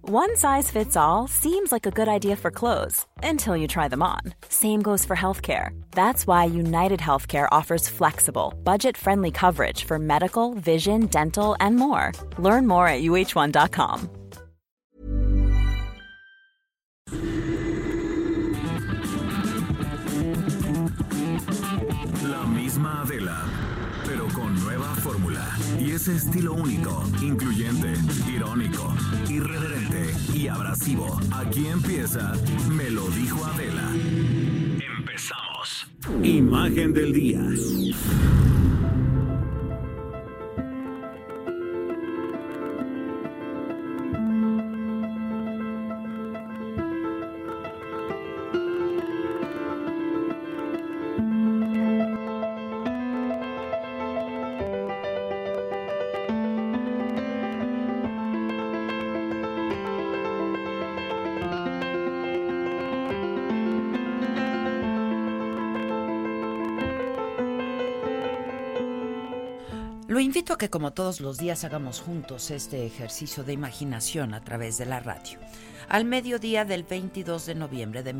One size fits all seems like a good idea for clothes until you try them on. Same goes for healthcare. That's why United Healthcare offers flexible, budget-friendly coverage for medical, vision, dental, and more. Learn more at uh1.com. La misma Adela, pero con nueva fórmula y ese estilo único, incluyente, irónico, irreverente y abrasivo. Aquí empieza Me lo dijo Adela. Empezamos. Imagen del día. Lo invito a que, como todos los días, hagamos juntos este ejercicio de imaginación a través de la radio. Al mediodía del 22 de noviembre de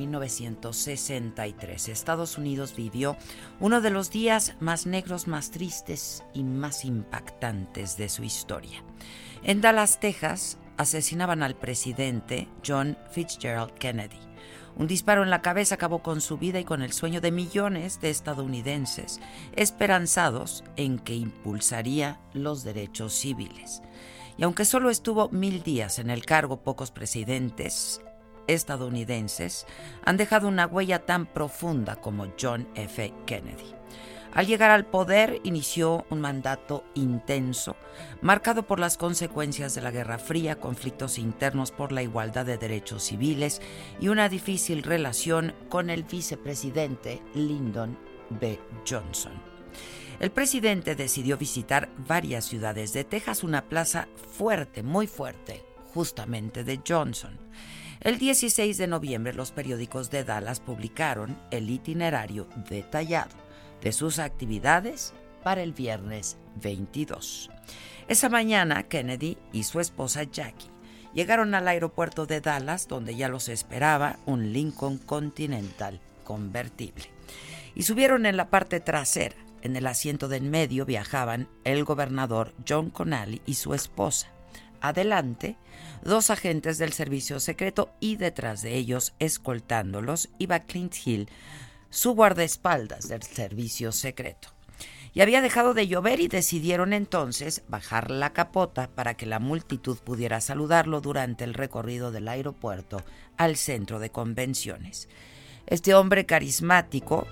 1963, Estados Unidos vivió uno de los días más negros, más tristes y más impactantes de su historia. En Dallas, Texas, asesinaban al presidente John Fitzgerald Kennedy. Un disparo en la cabeza acabó con su vida y con el sueño de millones de estadounidenses esperanzados en que impulsaría los derechos civiles. Y aunque solo estuvo 1000 días en el cargo, pocos presidentes estadounidenses han dejado una huella tan profunda como John F. Kennedy. Al llegar al poder, inició un mandato intenso, marcado por las consecuencias de la Guerra Fría, conflictos internos por la igualdad de derechos civiles y una difícil relación con el vicepresidente Lyndon B. Johnson. El presidente decidió visitar varias ciudades de Texas, una plaza fuerte, muy fuerte, justamente de Johnson. El 16 de noviembre, los periódicos de Dallas publicaron el itinerario detallado de sus actividades para el viernes 22. Esa mañana, Kennedy y su esposa Jackie llegaron al aeropuerto de Dallas, donde ya los esperaba un Lincoln Continental convertible. Y subieron en la parte trasera. En el asiento de en medio viajaban el gobernador John Connally y su esposa. Adelante, 2 agentes del servicio secreto y detrás de ellos, escoltándolos, iba Clint Hill, su guardaespaldas del servicio secreto. Y había dejado de llover y decidieron entonces bajar la capota para que la multitud pudiera saludarlo durante el recorrido del aeropuerto al centro de convenciones. Este hombre carismático,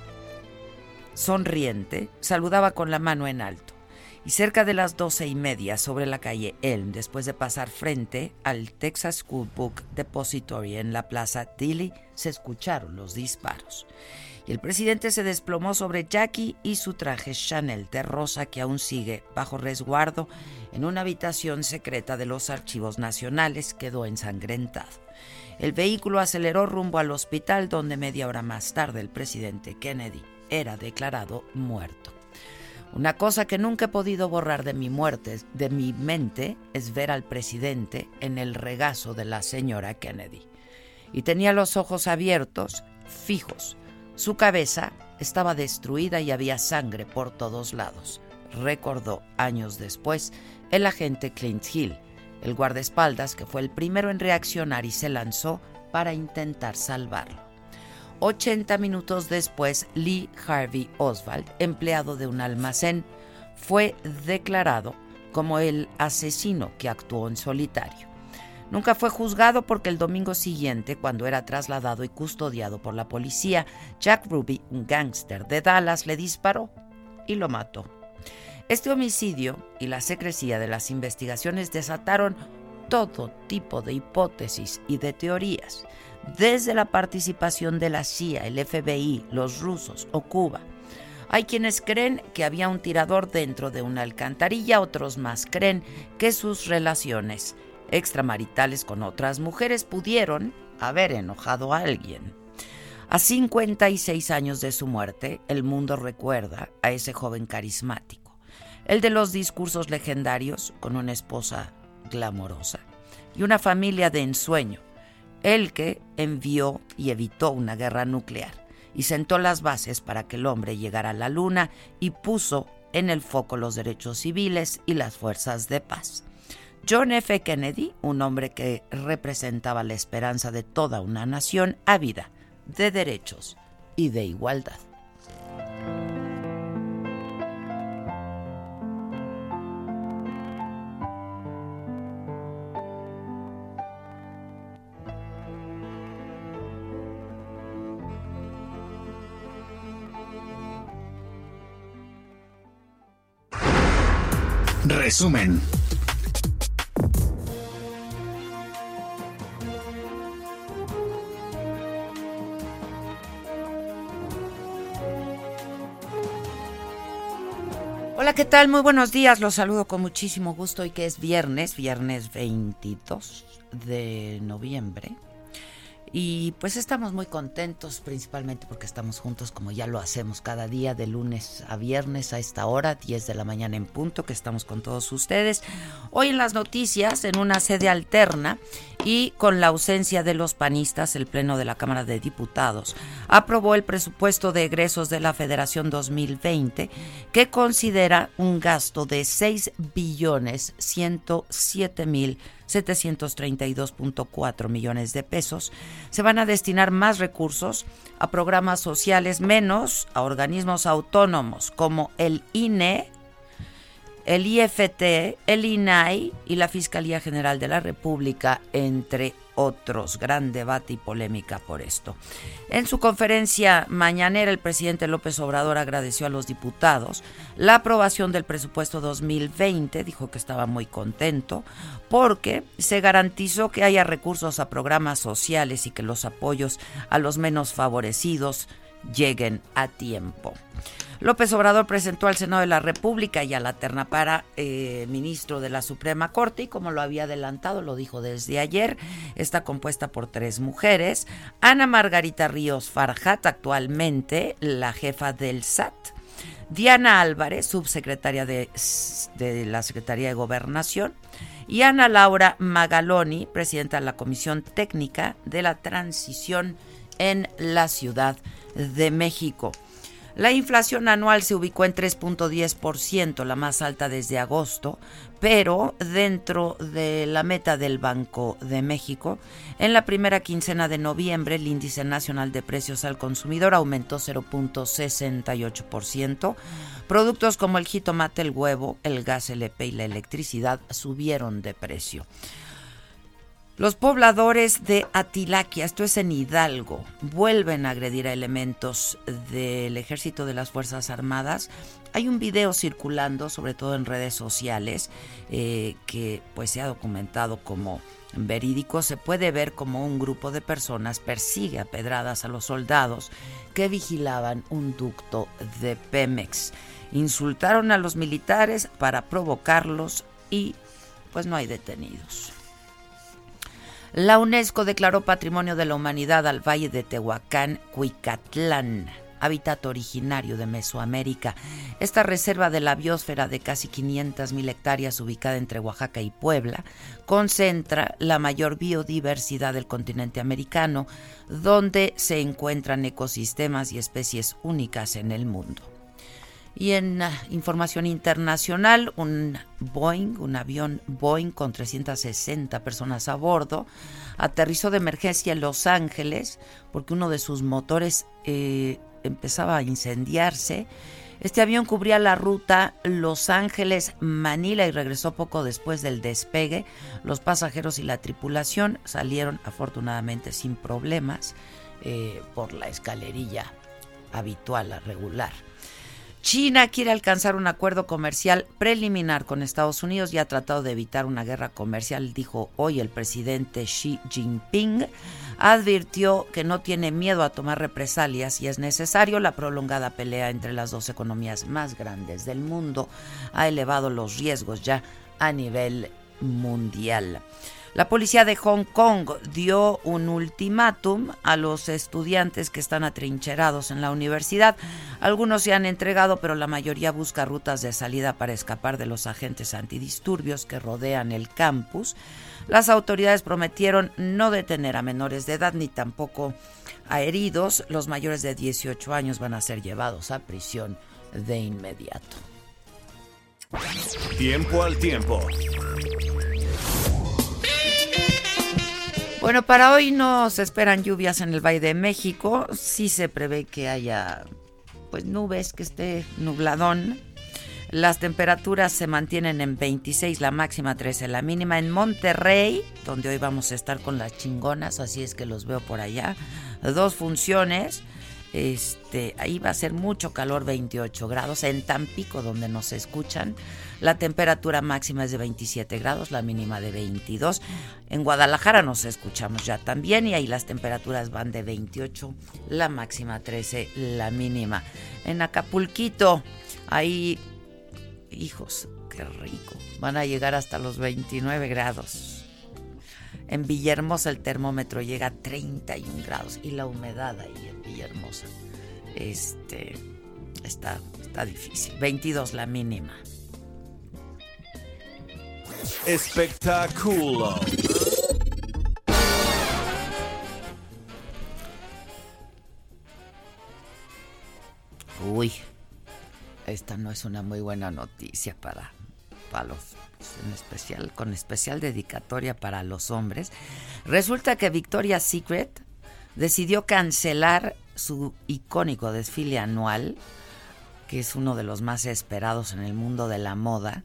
sonriente, saludaba con la mano en alto. Y cerca de las 12:30, sobre la calle Elm, después de pasar frente al Texas School Book Depository en la plaza Dilley, se escucharon los disparos. Y el presidente se desplomó sobre Jackie y su traje Chanel de rosa, que aún sigue bajo resguardo en una habitación secreta de los archivos nacionales, quedó ensangrentado. El vehículo aceleró rumbo al hospital, donde media hora más tarde el presidente Kennedy era declarado muerto. Una cosa que nunca he podido borrar de mi mente es ver al presidente en el regazo de la señora Kennedy. Y tenía los ojos abiertos, fijos. Su cabeza estaba destruida y había sangre por todos lados, recordó años después el agente Clint Hill, el guardaespaldas que fue el primero en reaccionar y se lanzó para intentar salvarlo. 80 minutos después, Lee Harvey Oswald, empleado de un almacén, fue declarado como el asesino que actuó en solitario. Nunca fue juzgado porque el domingo siguiente, cuando era trasladado y custodiado por la policía, Jack Ruby, un gángster de Dallas, le disparó y lo mató. Este homicidio y la secrecía de las investigaciones desataron todo tipo de hipótesis y de teorías, desde la participación de la CIA, el FBI, los rusos o Cuba. Hay quienes creen que había un tirador dentro de una alcantarilla, otros más creen que sus relaciones extramaritales con otras mujeres pudieron haber enojado a alguien. A 56 años de su muerte, el mundo recuerda a ese joven carismático, el de los discursos legendarios con una esposa glamorosa, y una familia de ensueño, el que envió y evitó una guerra nuclear y sentó las bases para que el hombre llegara a la luna y puso en el foco los derechos civiles y las fuerzas de paz. John F. Kennedy, un hombre que representaba la esperanza de toda una nación ávida de derechos y de igualdad. Resumen. Hola, ¿qué tal? Muy buenos días. Los saludo con muchísimo gusto hoy que es viernes 22 de noviembre. Y pues estamos muy contentos, principalmente porque estamos juntos como ya lo hacemos cada día, de lunes a viernes a esta hora, 10 de la mañana en punto, que estamos con todos ustedes. Hoy en las noticias, en una sede alterna y con la ausencia de los panistas, el Pleno de la Cámara de Diputados aprobó el presupuesto de egresos de la Federación 2020, que considera un gasto de 6,107,732.4 millones de pesos. Se van a destinar más recursos a programas sociales, menos a organismos autónomos como el INE, el IFT, el INAI y la Fiscalía General de la República, entre otros. Gran debate y polémica por esto. En su conferencia mañanera, el presidente López Obrador agradeció a los diputados la aprobación del presupuesto 2020. Dijo que estaba muy contento porque se garantizó que haya recursos a programas sociales y que los apoyos a los menos favorecidos lleguen a tiempo. López Obrador presentó al Senado de la República y a la terna para ministro de la Suprema Corte, y como lo había adelantado, lo dijo desde ayer, está compuesta por 3 mujeres: Ana Margarita Ríos Farjat, actualmente la jefa del SAT; Diana Álvarez, subsecretaria de la Secretaría de Gobernación; y Ana Laura Magaloni, presidenta de la Comisión Técnica de la Transición en la Ciudad de México. La inflación anual se ubicó en 3.10%, la más alta desde agosto, pero dentro de la meta del Banco de México. En la primera quincena de noviembre, el índice nacional de precios al consumidor aumentó 0.68%. Productos como el jitomate, el huevo, el gas LP y la electricidad subieron de precio. Los pobladores de Atilaquia, esto es en Hidalgo, vuelven a agredir a elementos del Ejército de las Fuerzas Armadas. Hay un video circulando, sobre todo en redes sociales, que pues se ha documentado como verídico. Se puede ver como un grupo de personas persigue a pedradas a los soldados que vigilaban un ducto de Pemex. Insultaron a los militares para provocarlos y pues no hay detenidos. La UNESCO declaró Patrimonio de la Humanidad al Valle de Tehuacán, Cuicatlán, hábitat originario de Mesoamérica. Esta reserva de la biosfera de casi 500,000 hectáreas, ubicada entre Oaxaca y Puebla, concentra la mayor biodiversidad del continente americano, donde se encuentran ecosistemas y especies únicas en el mundo. Y en información internacional, un avión Boeing con 360 personas a bordo, aterrizó de emergencia en Los Ángeles porque uno de sus motores empezaba a incendiarse. Este avión cubría la ruta Los Ángeles-Manila y regresó poco después del despegue. Los pasajeros y la tripulación salieron afortunadamente sin problemas por la escalerilla habitual, regular. China quiere alcanzar un acuerdo comercial preliminar con Estados Unidos y ha tratado de evitar una guerra comercial, dijo hoy el presidente Xi Jinping. Advirtió que no tiene miedo a tomar represalias y es necesario. La prolongada pelea entre las dos economías más grandes del mundo ha elevado los riesgos ya a nivel mundial. La policía de Hong Kong dio un ultimátum a los estudiantes que están atrincherados en la universidad. Algunos se han entregado, pero la mayoría busca rutas de salida para escapar de los agentes antidisturbios que rodean el campus. Las autoridades prometieron no detener a menores de edad ni tampoco a heridos. Los mayores de 18 años van a ser llevados a prisión de inmediato. Tiempo al tiempo. Bueno, para hoy no se esperan lluvias en el Valle de México. Sí se prevé que haya pues nubes, que esté nubladón. Las temperaturas se mantienen en 26, la máxima 13, la mínima. En Monterrey, donde hoy vamos a estar con las chingonas, así es que los veo por allá. 2 funciones. Ahí va a ser mucho calor, 28 grados. En Tampico, donde nos escuchan, la temperatura máxima es de 27 grados, la mínima de 22. En Guadalajara nos escuchamos ya también y ahí las temperaturas van de 28, la máxima 13, la mínima. En Acapulquito, ahí, hijos, qué rico, van a llegar hasta los 29 grados. En Villahermosa el termómetro llega a 31 grados y la humedad ahí en Villahermosa está difícil. 22 la mínima. Espectáculo. Uy, esta no es una muy buena noticia para los, en especial, con especial dedicatoria para los hombres. Resulta que Victoria's Secret decidió cancelar su icónico desfile anual, que es uno de los más esperados en el mundo de la moda,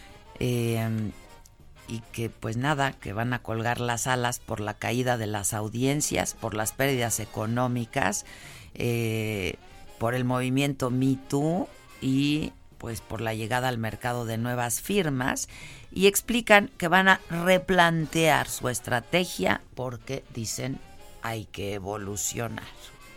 y que pues nada, que van a colgar las alas por la caída de las audiencias, por las pérdidas económicas, por el movimiento Me Too y pues por la llegada al mercado de nuevas firmas, y explican que van a replantear su estrategia porque dicen hay que evolucionar.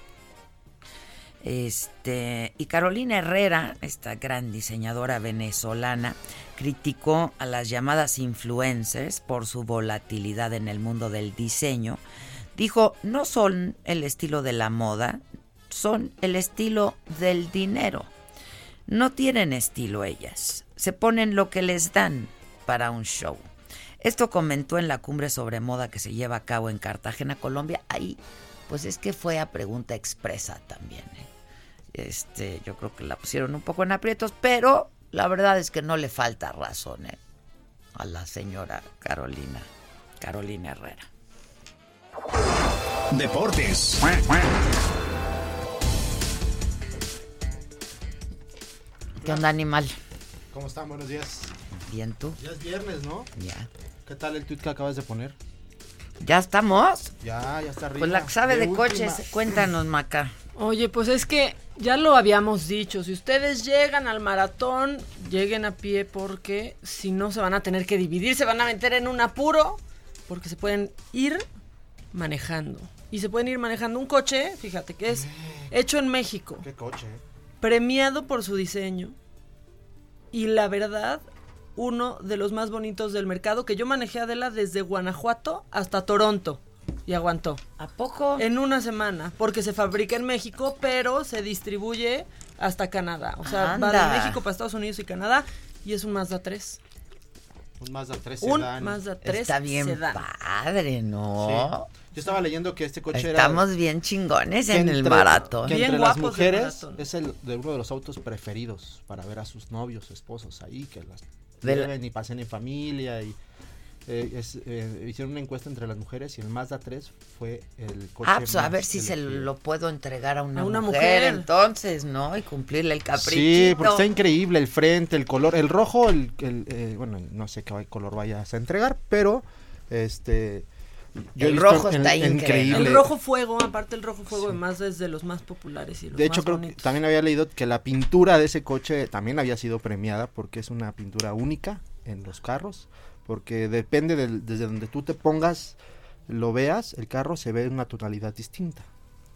Y Carolina Herrera, esta gran diseñadora venezolana, criticó a las llamadas influencers por su volatilidad en el mundo del diseño. Dijo, no son el estilo de la moda, son el estilo del dinero. No tienen estilo ellas, se ponen lo que les dan para un show. Esto comentó en la cumbre sobre moda que se lleva a cabo en Cartagena, Colombia. Ahí, pues es que fue a pregunta expresa también. Yo creo que la pusieron un poco en aprietos, pero la verdad es que no le falta razón a la señora Carolina Herrera. Deportes. ¿Qué onda, animal? ¿Cómo están? Buenos días. Bien, ¿tú? Ya es viernes, ¿no? Ya. ¿Qué tal el tuit que acabas de poner? ¿Ya estamos? Ya está arriba. Pues la que sabe de última. coches, cuéntanos, Maca. Oye, pues es que ya lo habíamos dicho, si ustedes llegan al maratón, lleguen a pie porque si no se van a tener que dividir, se van a meter en un apuro porque se pueden ir manejando. Y se pueden ir manejando un coche, fíjate, que es hecho en México. ¿Qué coche? Premiado por su diseño y la verdad, uno de los más bonitos del mercado, que yo manejé, Adela, desde Guanajuato hasta Toronto y aguantó. ¿A poco? En una semana, porque se fabrica en México, pero se distribuye hasta Canadá. O sea, Anda. va de México para Estados Unidos y Canadá y es un Mazda 3. Un Mazda 3 Un sedán. Mazda 3 Está bien sedán. padre, ¿no? Sí. Yo estaba leyendo que este coche Estamos bien chingones que en el entre- maratón. Que Bien entre las guapos del mujeres maratón. es de uno de los autos preferidos para ver a sus novios, esposos ahí, que las De la- lleven y pasen en familia. Y hicieron una encuesta entre las mujeres y el Mazda 3 fue el coche Pues a más ver si se elegido. lo puedo entregar a una mujer, mujer. entonces, ¿no? Y cumplirle el caprichito. Sí, porque está increíble el frente, el color, el rojo, bueno, no sé qué color vayas a entregar, pero yo he El visto rojo está increíble. El rojo fuego, aparte el rojo fuego, además es de los más populares y los De hecho, más creo que bonitos. también había leído que la pintura de ese coche también había sido premiada porque es una pintura única en los carros, porque depende desde donde tú te pongas, lo veas, el carro se ve en una tonalidad distinta.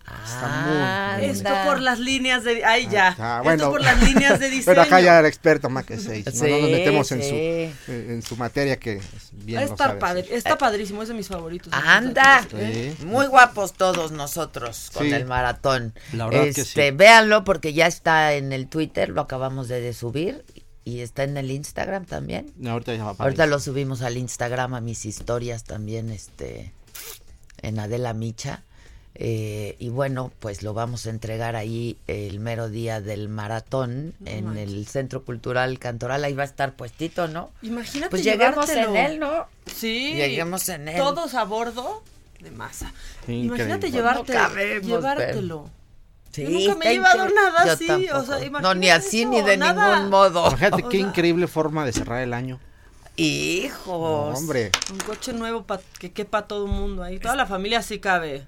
Está muy Esto por las líneas de... Ay, ya. Bueno, esto por las líneas de diseño. Pero acá ya era experto Maque 6. Sí, no nos metemos sí. en su materia que bien lo sabe hacer. Está padrísimo, es de mis favoritos. ¡Anda! Sí. Muy guapos todos nosotros con Sí. el maratón. La verdad que sí. Véanlo porque ya está en el Twitter, lo acabamos de subir. Y está en el Instagram también. No, ahorita ya va para Ahorita ahí. lo subimos al Instagram, a mis historias también, en Adela Micha. Y bueno, pues lo vamos a entregar ahí el mero día del maratón en el Centro Cultural Cantoral. Ahí va a estar puestito, ¿no? Imagínate Pues lleguemos llevártelo. en él, ¿no? Sí. Lleguemos en él. Todos a bordo de masa. Increíble. Imagínate No cabemos, llevártelo. Sí, Yo nunca me está he llevado increíble. nada Yo así, tampoco. o sea, No, imagínate ni así eso, ni de nada. ningún modo. Imagínate O qué sea- increíble forma de cerrar el año. Hijos. No, hombre. Un coche nuevo que quepa todo el mundo ahí. Toda la familia sí cabe.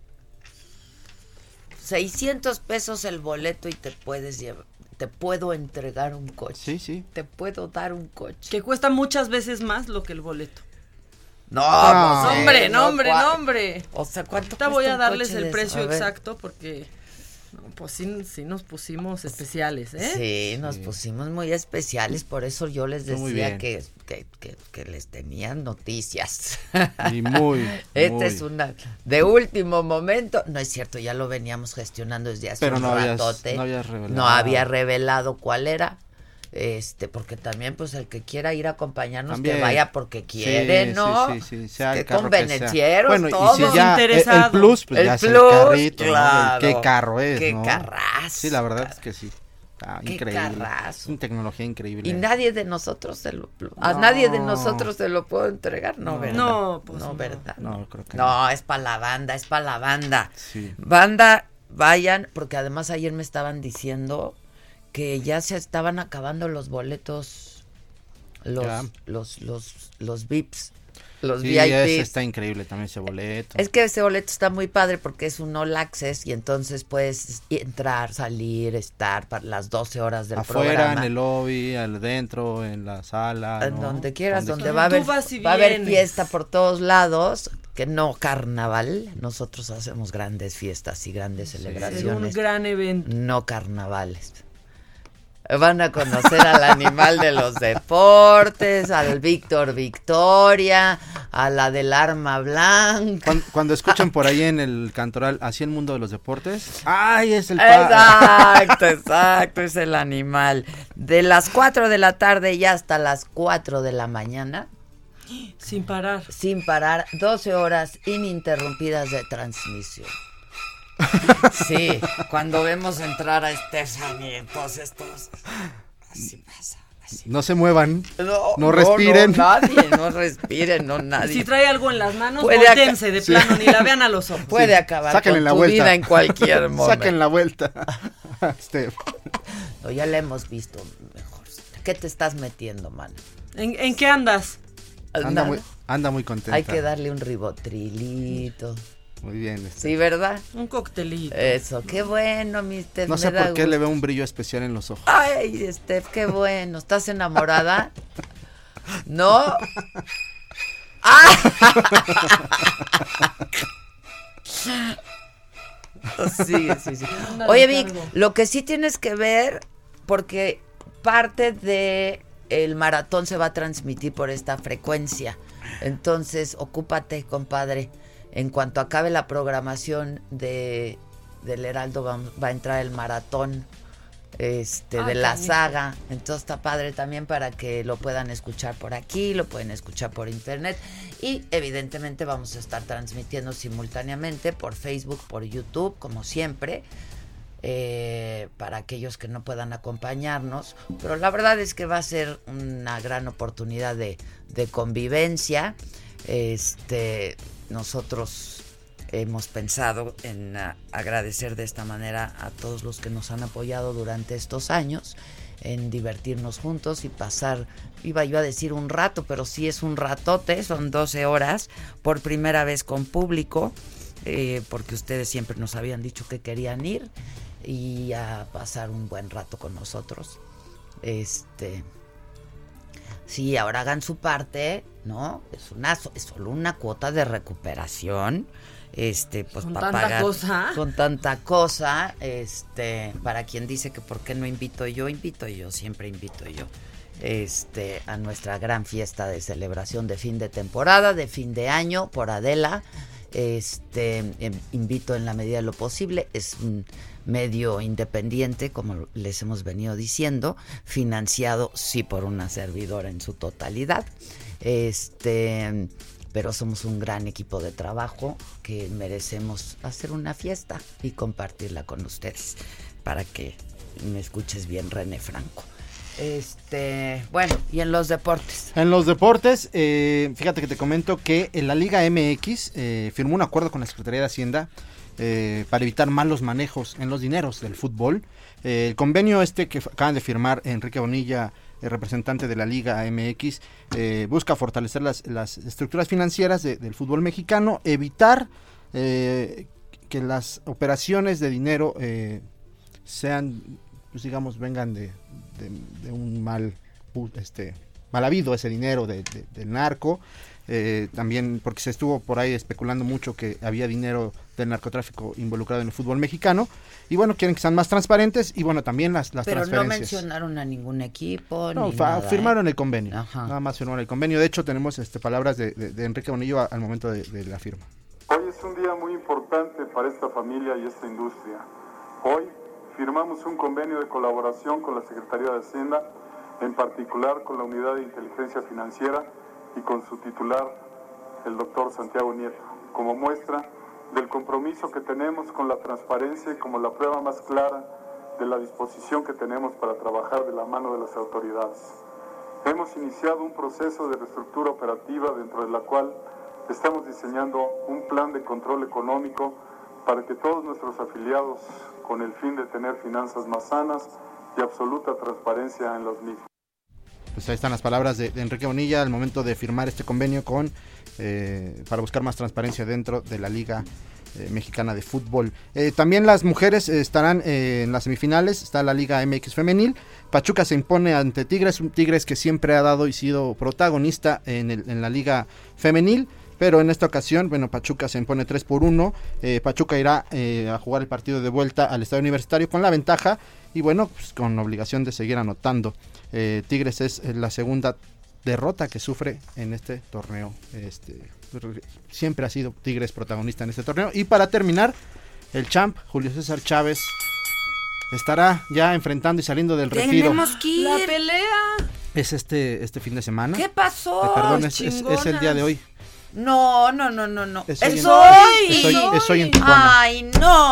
600 pesos el boleto y te puedes llevar. Te puedo entregar un coche. Sí, sí. Te puedo dar un coche. Que cuesta muchas veces más lo que el boleto. No, No. pues, Hombre, no, nombre. O sea, ¿cuánto Ahorita voy cuesta a un darles coche el de precio eso? A ver. exacto porque no, pues sí nos pusimos especiales, ¿eh? Sí, nos pusimos muy especiales, por eso yo les Estuvo muy decía bien. que les tenían noticias. Y muy. Esta muy. es una de último momento. No es cierto, ya lo veníamos gestionando desde hace Pero un no ratote. habías revelado. No había revelado cuál era. Porque también, pues, el que quiera ir a acompañarnos, También. que vaya porque quiere, Sí, ¿no? sí, sea Que el carro que sea. convenencieros Bueno, todos. y si ya el interesados. plus, pues El ya es el plus, carrito, ¿no? claro. ¿Qué carro es, Qué no? carrazo. Sí, la verdad es que sí. Está Qué increíble. carrazo. Es una tecnología increíble. Y nadie de nosotros a nadie de nosotros se lo puedo entregar, no, No. ¿verdad? No, pues no. ¿verdad? No, creo que No, es para la banda, es para la banda. Sí. Banda, vayan, porque además ayer me estaban diciendo que ya se estaban acabando los boletos, Ya. los VIPs, los Sí, VIPs. ese está increíble también ese boleto. Es que ese boleto está muy padre porque es un all access y entonces puedes entrar, salir, estar para las 12 horas del Afuera, programa. en el lobby, adentro, en la sala. En ¿no? donde quieras, donde quieras. va a haber, Tú vas y va a haber vienes. fiesta por todos lados, que no carnaval. Nosotros hacemos grandes fiestas y grandes Es un celebraciones, gran evento. no carnavales. Van a conocer al animal de los deportes, al Víctor Victoria, a la del arma blanca. Cuando escuchan por ahí en el Cantoral, así el mundo de los deportes. ¡Ay, es el Exacto, es el animal. De las 4 de la tarde y hasta las 4 de la mañana, Sin parar. sin parar, 12 horas ininterrumpidas de transmisión. Sí, cuando vemos entrar a Stephanie, pues estos... Así pasa. Así. No se muevan. No, No respiren. No respiren, no nadie. Si trae algo en las manos, Puede voltéense de plano, ni la vean a los ojos. Puede acabar Sáquenle con la tu vuelta. vida en cualquier momento. Saquen la vuelta. No, ya la hemos visto mejor. ¿Qué te estás metiendo, man? ¿En qué andas? Anda muy contenta. Hay que darle un ribotrilito. Muy bien. Sí, ¿verdad? Un coctelito. Eso, qué bueno, mi Steph. No sé me da por qué gusto. le veo un brillo especial en los ojos. Ay, Steph, qué bueno. ¿Estás enamorada? ¿No? ¡Ah! Sí. Ándale, Oye, Vic, cargo. lo que sí tienes que ver, porque parte de el maratón se va a transmitir por esta frecuencia. Entonces, ocúpate, compadre. En cuanto acabe la programación del Heraldo, va a entrar el maratón de la canijo. saga. Entonces está padre también para que lo puedan escuchar por aquí, lo pueden escuchar por internet. Y evidentemente vamos a estar transmitiendo simultáneamente por Facebook, por YouTube, como siempre. Para aquellos que no puedan acompañarnos, pero la verdad es que va a ser una gran oportunidad de convivencia. Nosotros hemos pensado en agradecer de esta manera a todos los que nos han apoyado durante estos años, en divertirnos juntos y pasar, iba yo a decir un rato, pero sí es un ratote, son 12 horas por primera vez con público, porque ustedes siempre nos habían dicho que querían ir y a pasar un buen rato con nosotros. Sí, ahora hagan su parte, ¿no? Es solo una cuota de recuperación. Pues con para tanta pagar cosa. con tanta cosa, para quien dice que por qué no invito yo, siempre invito yo. A nuestra gran fiesta de celebración de fin de temporada, de fin de año por Adela. Invito en la medida de lo posible. Es un medio independiente, como les hemos venido diciendo, financiado sí por una servidora en su totalidad. Pero somos un gran equipo de trabajo que merecemos hacer una fiesta y compartirla con ustedes, para que me escuches bien, René Franco. Bueno, y en los deportes. En los deportes, fíjate que te comento que en la Liga MX firmó un acuerdo con la Secretaría de Hacienda para evitar malos manejos en los dineros del fútbol. El convenio que acaban de firmar Enrique Bonilla, el representante de la Liga MX, busca fortalecer las estructuras financieras del fútbol mexicano, evitar que las operaciones de dinero sean, pues digamos, vengan de un mal habido ese dinero del narco. También porque se estuvo por ahí especulando mucho que había dinero del narcotráfico involucrado en el fútbol mexicano, y bueno, quieren que sean más transparentes, y bueno, también las pero transferencias. Pero no mencionaron a ningún equipo, no, ni nada, firmaron el convenio. Ajá. Nada más firmaron el convenio. De hecho, tenemos palabras de Enrique Bonillo al momento de la firma. Hoy es un día muy importante para esta familia y esta industria. Hoy firmamos un convenio de colaboración con la Secretaría de Hacienda, en particular con la Unidad de Inteligencia Financiera y con su titular, el doctor Santiago Nieto, como muestra del compromiso que tenemos con la transparencia y como la prueba más clara de la disposición que tenemos para trabajar de la mano de las autoridades. Hemos iniciado un proceso de reestructura operativa dentro de la cual estamos diseñando un plan de control económico para que todos nuestros afiliados, con el fin de tener finanzas más sanas y absoluta transparencia en los mismos. Pues ahí están las palabras de Enrique Bonilla al momento de firmar este convenio para buscar más transparencia dentro de la Liga Mexicana de Fútbol. También las mujeres estarán en las semifinales. Está la Liga MX Femenil. Pachuca se impone ante Tigres, un Tigres que siempre ha dado y sido protagonista en la Liga Femenil. Pero en esta ocasión, bueno, Pachuca se impone 3-1. Pachuca irá a jugar el partido de vuelta al Estadio Universitario con la ventaja y bueno, pues con obligación de seguir anotando. Tigres es la segunda derrota que sufre en este torneo. Siempre ha sido Tigres protagonista en este torneo. Y para terminar, el champ Julio César Chávez estará ya enfrentando y saliendo del retiro. Tenemos que ir. La pelea. Es este fin de semana. ¿Qué pasó? Perdón, es el día de hoy. No. Es Es hoy en Tijuana. Ay,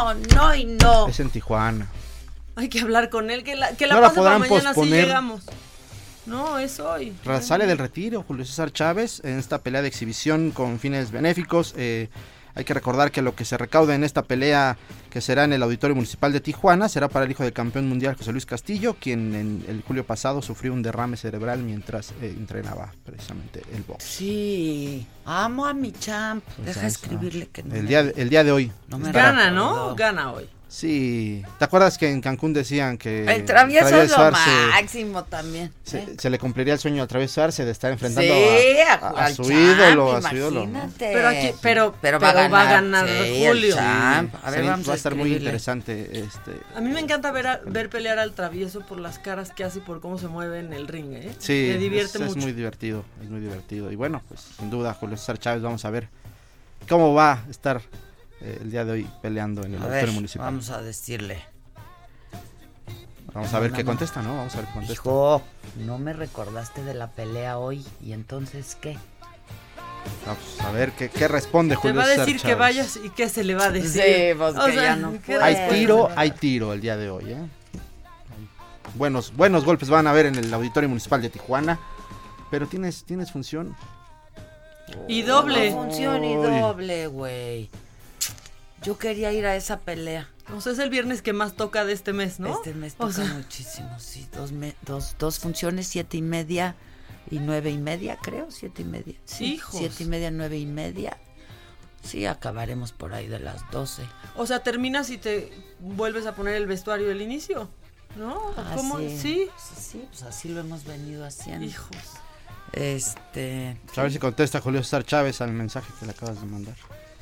no. Es en Tijuana. Hay que hablar con él, que la No la pase para podrán mañana si posponer. llegamos. No, es hoy. Sale del retiro Julio César Chávez en esta pelea de exhibición con fines benéficos. Hay que recordar que lo que se recauda en esta pelea, que será en el Auditorio Municipal de Tijuana, será para el hijo del campeón mundial José Luis Castillo, quien en el julio pasado sufrió un derrame cerebral mientras entrenaba precisamente el box. Sí, amo a mi champ. Deja escribirle que no. El día de hoy. No me Gana, recuerdo. ¿no? Gana hoy. Sí, ¿te acuerdas que en Cancún decían que El travieso es lo Arce máximo también. se le cumpliría el sueño a Travieso Arce de estar enfrentando a al su champ, ídolo, a su ídolo, ¿no? imagínate. Pero va a ganar sí, Julio. el champ. A ver, Sí, vamos va a estar muy escribirle. interesante. A mí me encanta ver pelear al Travieso por las caras que hace y por cómo se mueve en el ring, ¿eh? Sí, me divierte mucho. Es muy divertido, Y bueno, pues sin duda Julio César Chávez, vamos a ver cómo va a estar el día de hoy peleando en el auditorio municipal. Vamos a decirle. Vamos a ver qué contesta, ¿no? Vamos a ver qué contesta. Hijo, no me recordaste de la pelea hoy. ¿Y entonces qué? Vamos a ver qué responde Te Julio va a César decir Chávez. que vayas y qué se le va a decir. Sí, pues O que sea, ya no ¿qué puede. Hay tiro el día de hoy, ¿eh? Buenos golpes van a haber en el Auditorio Municipal de Tijuana. Pero tienes función. Y doble. No función y doble, güey. Yo quería ir a esa pelea. O sea, es el viernes que más toca de este mes, ¿no? Este mes O toca sea, muchísimo, sí. Dos funciones, 7:30 y 9:30, creo, 7:30. Sí, Hijos. 7:30, 9:30. Sí, acabaremos por ahí de las 12. O sea, terminas y te vuelves a poner el vestuario del inicio, ¿no? ¿Cómo? Sí. Sí. Sí, pues así lo hemos venido haciendo. Hijos. A ver si contesta Julio César Chávez al mensaje que le acabas de mandar.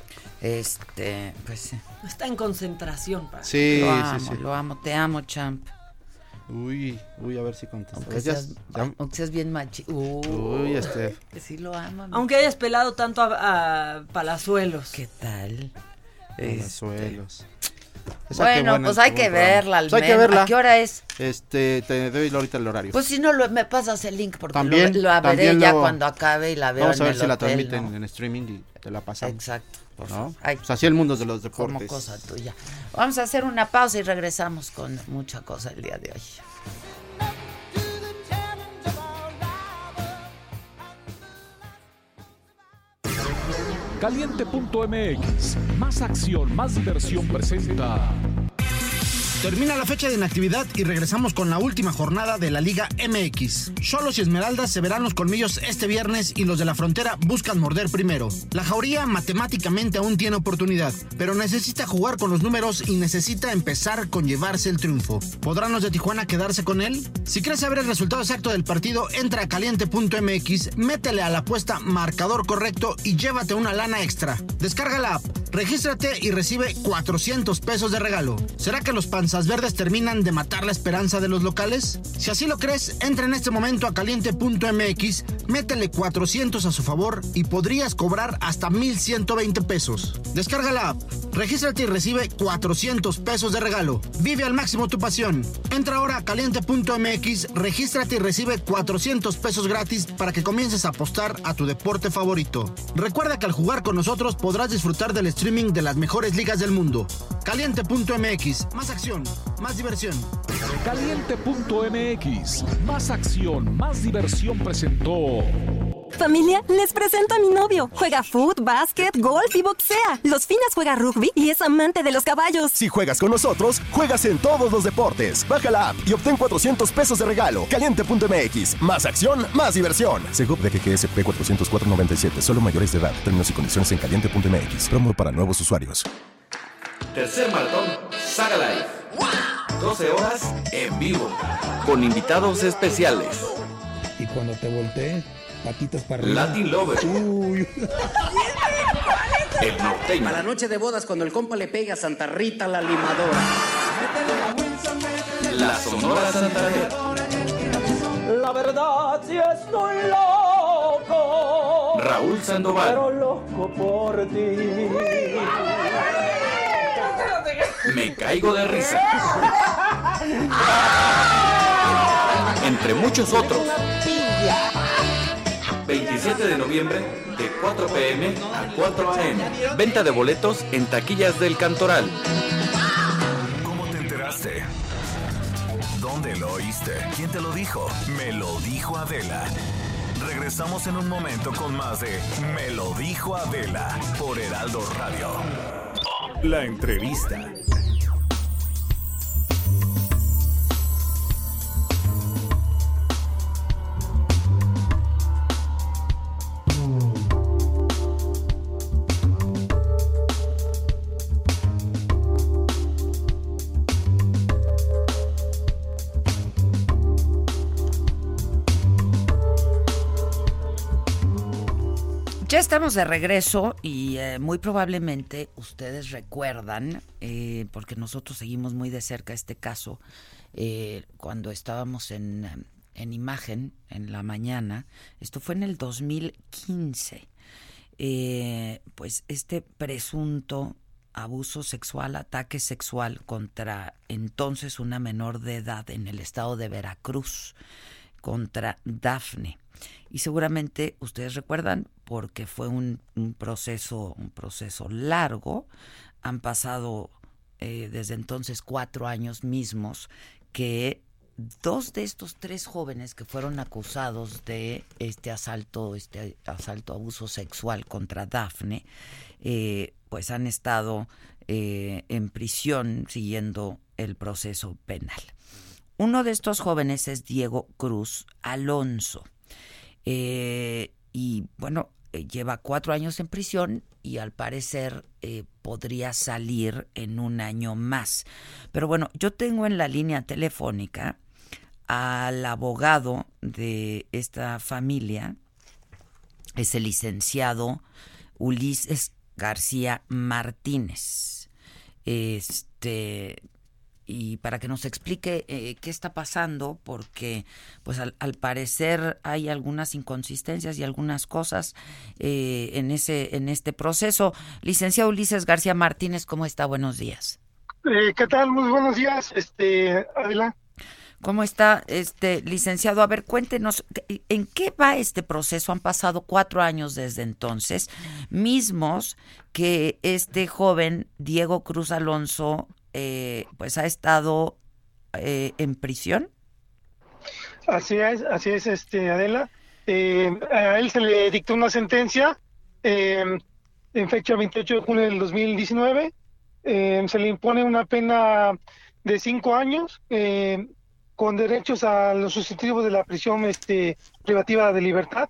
Pues sí. Está en concentración. Sí, Lo amo, te amo, champ. Uy, a ver si contesta. Aunque seas bien machi. Que sí lo ama. Aunque hayas pelado tanto a Palazuelos. ¿Qué tal? Palazuelos. Bueno, pues hay que verla al menos. Hay que verla. ¿A qué hora es? Te doy ahorita el horario. Pues si no, me pasas el link porque también, la veré ya cuando acabe y la veo. Vamos a ver en si el la hotel, transmiten en streaming y te la pasamos. Exacto. ¿No? Pues así el mundo de los deportes. Como cosa tuya. Vamos a hacer una pausa y regresamos con mucha cosa el día de hoy. Caliente.mx, más acción, más diversión presenta. Termina la fecha de inactividad y regresamos con la última jornada de la Liga MX. Xolos y Esmeraldas se verán los colmillos este viernes y los de la Frontera buscan morder primero. La Jauría matemáticamente aún tiene oportunidad, pero necesita jugar con los números y necesita empezar con llevarse el triunfo. ¿Podrán los de Tijuana quedarse con él? Si quieres saber el resultado exacto del partido, entra a caliente.mx, métele a la apuesta marcador correcto y llévate una lana extra. Descarga la app, regístrate y recibe 400 pesos de regalo. ¿Será que los panzas verdes terminan de matar la esperanza de los locales? Si así lo crees, entra en este momento a caliente.mx, métele 400 a su favor y podrías cobrar hasta 1,120 pesos. Descarga la app, regístrate y recibe 400 pesos de regalo. Vive al máximo tu pasión. Entra ahora a caliente.mx, regístrate y recibe 400 pesos gratis para que comiences a apostar a tu deporte favorito. Recuerda que al jugar con nosotros podrás disfrutar del streaming de las mejores ligas del mundo. Caliente.mx, más acción, más diversión. Caliente.mx, más acción, más diversión presentó. Familia, les presento a mi novio. Juega fútbol, básquet, golf y boxea. Los Finas juega rugby y es amante de los caballos. Si juegas con nosotros, juegas en todos los deportes. Baja la app y obtén 400 pesos de regalo. Caliente.mx, más acción, más diversión. Segov de GGSP 404.97, solo mayores de edad. Términos y condiciones en caliente.mx. Promo para nuevos usuarios. Tercer maratón Saga Live. 12 horas en vivo, con invitados especiales. Y cuando te voltees, patitas para arriba. Latin Lover. Uy. El norteño. Para la noche de bodas, cuando el compa le pega a Santa Rita la limadora. La Sonora Santanera. La verdad sí estoy loco. Raúl Sandoval. Pero loco por ti. Me caigo de risa. Entre muchos otros. 27 de noviembre, de 4 p.m. a 4 a.m. Venta de boletos en taquillas del Cantoral. ¿Cómo te enteraste? ¿Dónde lo oíste? ¿Quién te lo dijo? Me lo dijo Adela. Regresamos en un momento con más de Me lo dijo Adela por Heraldo Radio. La entrevista. Ya estamos de regreso y muy probablemente ustedes recuerdan, porque nosotros seguimos muy de cerca este caso, cuando estábamos en Imagen en la mañana, esto fue en el 2015, pues este presunto abuso sexual, ataque sexual contra entonces una menor de edad en el estado de Veracruz, contra Dafne. Y seguramente ustedes recuerdan porque fue un proceso largo. Han pasado desde entonces 4 años mismos que 2 de estos 3 jóvenes que fueron acusados de este asalto, abuso sexual contra Dafne, pues han estado en prisión siguiendo el proceso penal. Uno de estos jóvenes es Diego Cruz Alonso. Y bueno, lleva 4 años en prisión y al parecer podría salir en un año más. Pero bueno, yo tengo en la línea telefónica al abogado de esta familia, es el licenciado Ulises García Martínez. Y para que nos explique qué está pasando, porque pues al parecer hay algunas inconsistencias y algunas cosas en este proceso. Licenciado Ulises García Martínez, ¿cómo está? Buenos días. ¿Qué tal? Muy buenos días, Adela. ¿Cómo está, licenciado? A ver, cuéntenos, ¿en qué va este proceso? Han pasado 4 años desde entonces, mismos que este joven Diego Cruz Alonso pues ha estado en prisión. Así es, Adela. A él se le dictó una sentencia en fecha 28 de junio del 2019. Se le impone una pena de 5 años con derechos a los sustitutivos de la prisión privativa de libertad.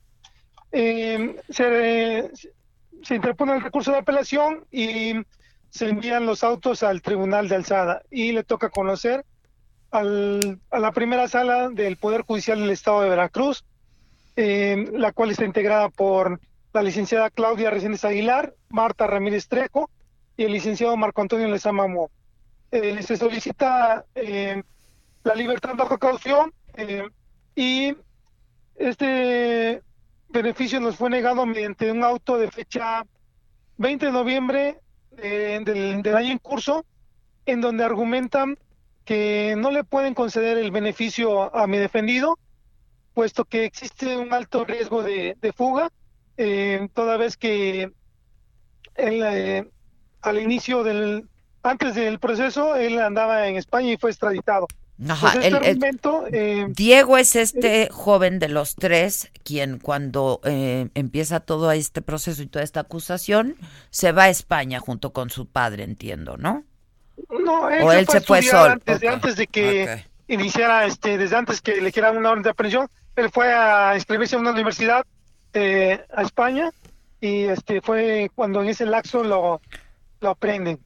Se interpone el recurso de apelación y se envían los autos al Tribunal de Alzada y le toca conocer a la primera sala del Poder Judicial del Estado de Veracruz, la cual está integrada por la licenciada Claudia Reséndiz Aguilar, Marta Ramírez Trejo y el licenciado Marco Antonio Lezama Mo. Se solicita la libertad bajo caución y este beneficio nos fue negado mediante un auto de fecha 20 de noviembre del año en curso, en donde argumentan que no le pueden conceder el beneficio a mi defendido, puesto que existe un alto riesgo de fuga, toda vez que él, al inicio antes del proceso, él andaba en España y fue extraditado. Ajá, pues Diego es joven de los 3, quien cuando empieza todo este proceso y toda esta acusación, se va a España junto con su padre, entiendo, ¿no? No, él se fue solo. Desde antes de que iniciara, desde antes que le dieran una orden de aprehensión, él fue a inscribirse a una universidad a España y fue cuando en ese lapso lo aprenden.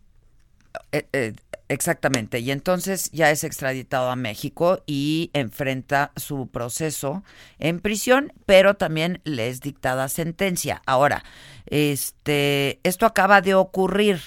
Exactamente, y entonces ya es extraditado a México y enfrenta su proceso en prisión, pero también le es dictada sentencia. Ahora, esto acaba de ocurrir.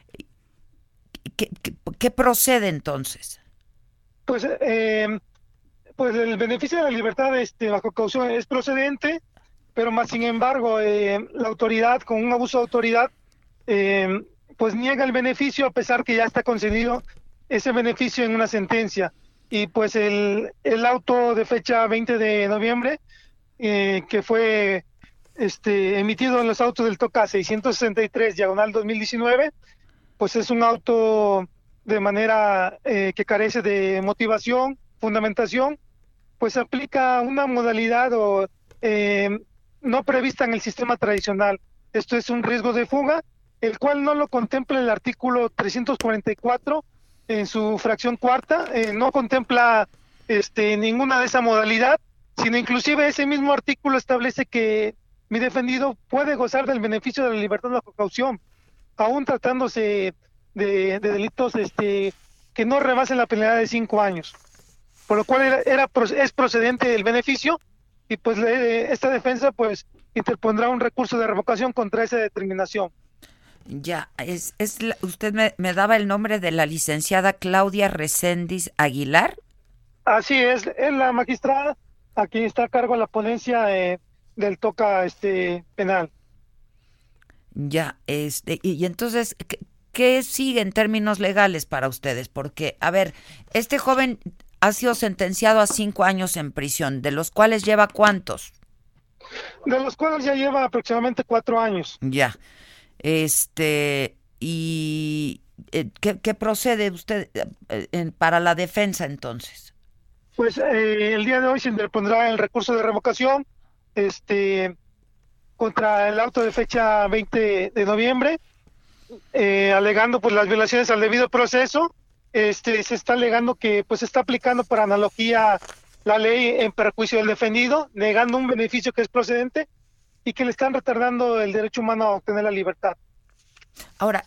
¿Qué procede entonces? Pues el beneficio de la libertad bajo caución es procedente, pero más sin embargo la autoridad, con un abuso de autoridad, pues niega el beneficio a pesar que ya está concedido ese beneficio en una sentencia. Y pues el auto de fecha 20 de noviembre, que fue emitido en los autos del TOCA 663/2019, pues es un auto de manera que carece de motivación, fundamentación, pues aplica una modalidad no prevista en el sistema tradicional. Esto es un riesgo de fuga, el cual no lo contempla el artículo 344 en su fracción cuarta, no contempla ninguna de esa modalidad, sino inclusive ese mismo artículo establece que mi defendido puede gozar del beneficio de la libertad bajo caución, aún tratándose de delitos que no rebasen la penalidad de 5 años, por lo cual es procedente el beneficio y pues esta defensa pues interpondrá un recurso de revocación contra esa determinación. Ya, usted me daba el nombre de la licenciada Claudia Reséndiz Aguilar. Así es la magistrada a quien está a cargo de la ponencia del TOCA penal. Ya, y entonces, ¿qué sigue en términos legales para ustedes? Porque, a ver, este joven ha sido sentenciado a 5 años en prisión, ¿de los cuales lleva cuántos? De los cuales ya lleva aproximadamente 4 años. Ya. ¿Y qué procede usted para la defensa entonces? Pues el día de hoy se interpondrá el recurso de revocación contra el auto de fecha 20 de noviembre, alegando pues las violaciones al debido proceso. Se está alegando que pues se está aplicando por analogía la ley en perjuicio del defendido, negando un beneficio que es procedente y que le están retardando el derecho humano a obtener la libertad. Ahora,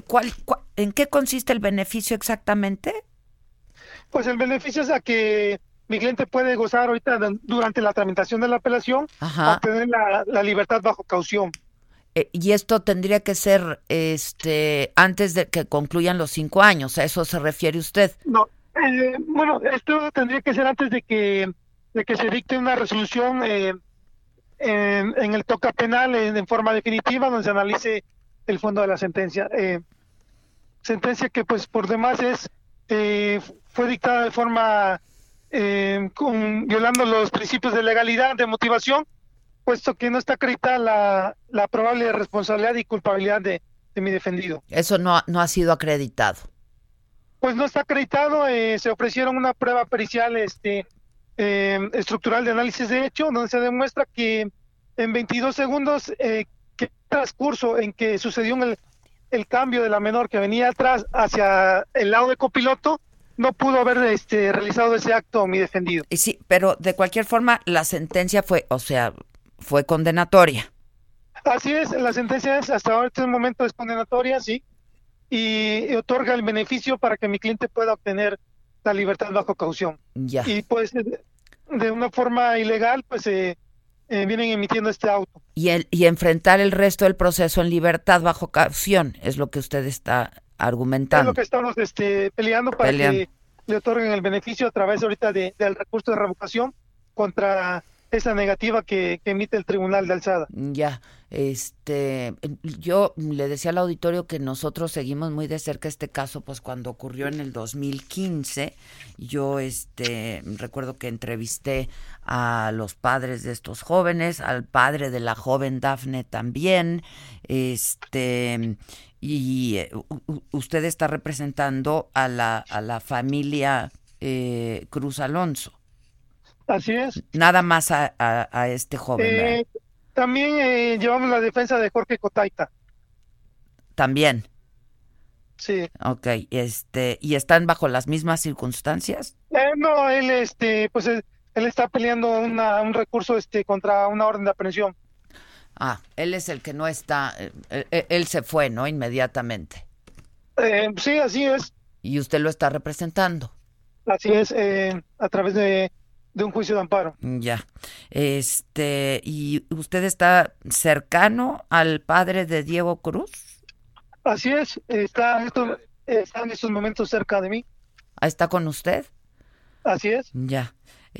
¿en qué consiste el beneficio exactamente? Pues el beneficio es a que mi cliente puede gozar ahorita durante la tramitación de la apelación, obtener la libertad bajo caución. Y esto tendría que ser antes de que concluyan los 5 años, ¿a eso se refiere usted? No, bueno, esto tendría que ser antes de que se dicte una resolución en el toca penal en forma definitiva, donde se analice el fondo de la sentencia. Sentencia que pues por demás fue dictada de forma violando los principios de legalidad, de motivación, puesto que no está acreditada la probable responsabilidad y culpabilidad de mi defendido. Eso no ha sido acreditado. Pues no está acreditado, se ofrecieron una prueba pericial estructural de análisis de hecho, donde se demuestra que en 22 segundos, que el transcurso en que sucedió el cambio de la menor que venía atrás hacia el lado de copiloto, no pudo haber realizado ese acto mi defendido. Sí, pero de cualquier forma la sentencia fue condenatoria. Así es, la sentencia hasta este momento es condenatoria, sí, y otorga el beneficio para que mi cliente pueda obtener la libertad bajo caución. Ya. Y pues de una forma ilegal, pues vienen emitiendo este auto. Y enfrentar el resto del proceso en libertad bajo caución, es lo que usted está argumentando. Es lo que estamos peleando para que le otorguen el beneficio a través ahorita del recurso de revocación contra esa negativa que emite el Tribunal de Alzada. Ya, yo le decía al auditorio que nosotros seguimos muy de cerca este caso, pues cuando ocurrió en el 2015, yo recuerdo que entrevisté a los padres de estos jóvenes, al padre de la joven Dafne también, y usted está representando a la familia Cruz Alonso. Así es. Nada más a este joven. También llevamos la defensa de Jorge Cotaita. También. Sí. Ok, ¿y están bajo las mismas circunstancias? No, él está peleando un recurso contra una orden de aprehensión. Él es el que no está, él se fue, ¿no? Inmediatamente. Sí, así es. ¿Y usted lo está representando? Así es, a través de un juicio de amparo. Ya. ¿Y usted está cercano al padre de Diego Cruz? Así es, está en estos momentos cerca de mí. ¿Está con usted? Así es. Ya.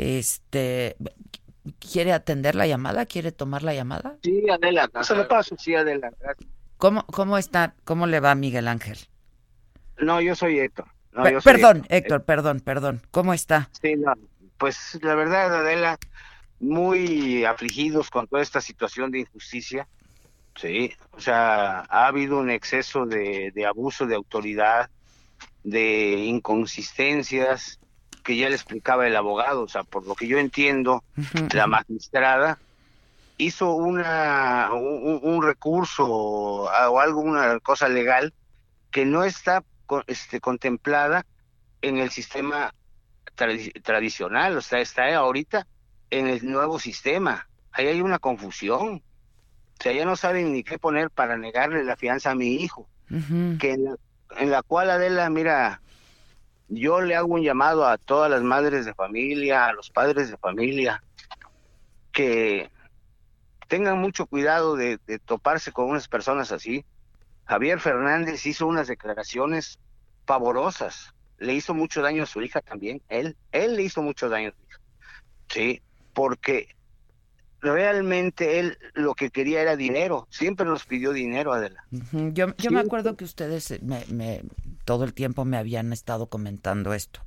¿Quiere atender la llamada? ¿Quiere tomar la llamada? Sí, Adela. Se lo paso. Sí, Adela. ¿Cómo está? ¿Cómo le va, Miguel Ángel? No, yo soy Héctor. Héctor, perdón. ¿Cómo está? Sí, no. Pues la verdad, Adela, muy afligidos con toda esta situación de injusticia. Sí, o sea, ha habido un exceso de abuso de autoridad, de inconsistencias, que ya le explicaba el abogado. O sea, por lo que yo entiendo, la magistrada hizo un recurso o alguna cosa legal que no está contemplada en el sistema tradicional. O sea, está ahorita en el nuevo sistema. Ahí hay una confusión. O sea, ya no saben ni qué poner para negarle la fianza a mi hijo. Que en la cual, Adela, mira, yo le hago un llamado a todas las madres de familia, a los padres de familia, que tengan mucho cuidado de toparse con unas personas así. Javier Fernández hizo unas declaraciones pavorosas. Le hizo mucho daño a su hija también. Él le hizo mucho daño a su hija. Sí, porque realmente él lo que quería era dinero. Siempre nos pidió dinero, Adela. Yo me acuerdo que ustedes todo el tiempo me habían estado comentando esto.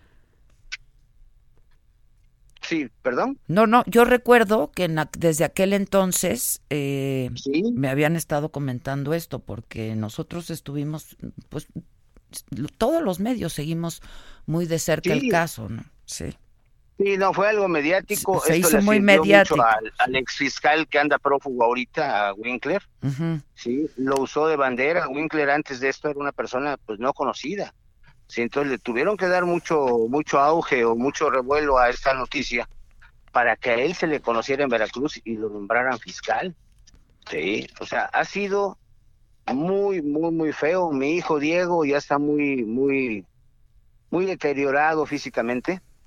Sí, ¿perdón? No, yo recuerdo que desde aquel entonces me habían estado comentando esto, porque nosotros estuvimos, pues, todos los medios seguimos muy de cerca el caso, ¿no? Sí. Sí, no, fue algo mediático. Se hizo muy mediático. Mucho al exfiscal que anda prófugo ahorita, a Winkler. Sí, lo usó de bandera. Winkler antes de esto era una persona pues no conocida. Sí, entonces le tuvieron que dar mucho auge o mucho revuelo a esta noticia para que a él se le conociera en Veracruz y lo nombraran fiscal. Sí, o sea, ha sido muy, muy, muy feo. Mi hijo Diego ya está muy, muy, muy deteriorado físicamente.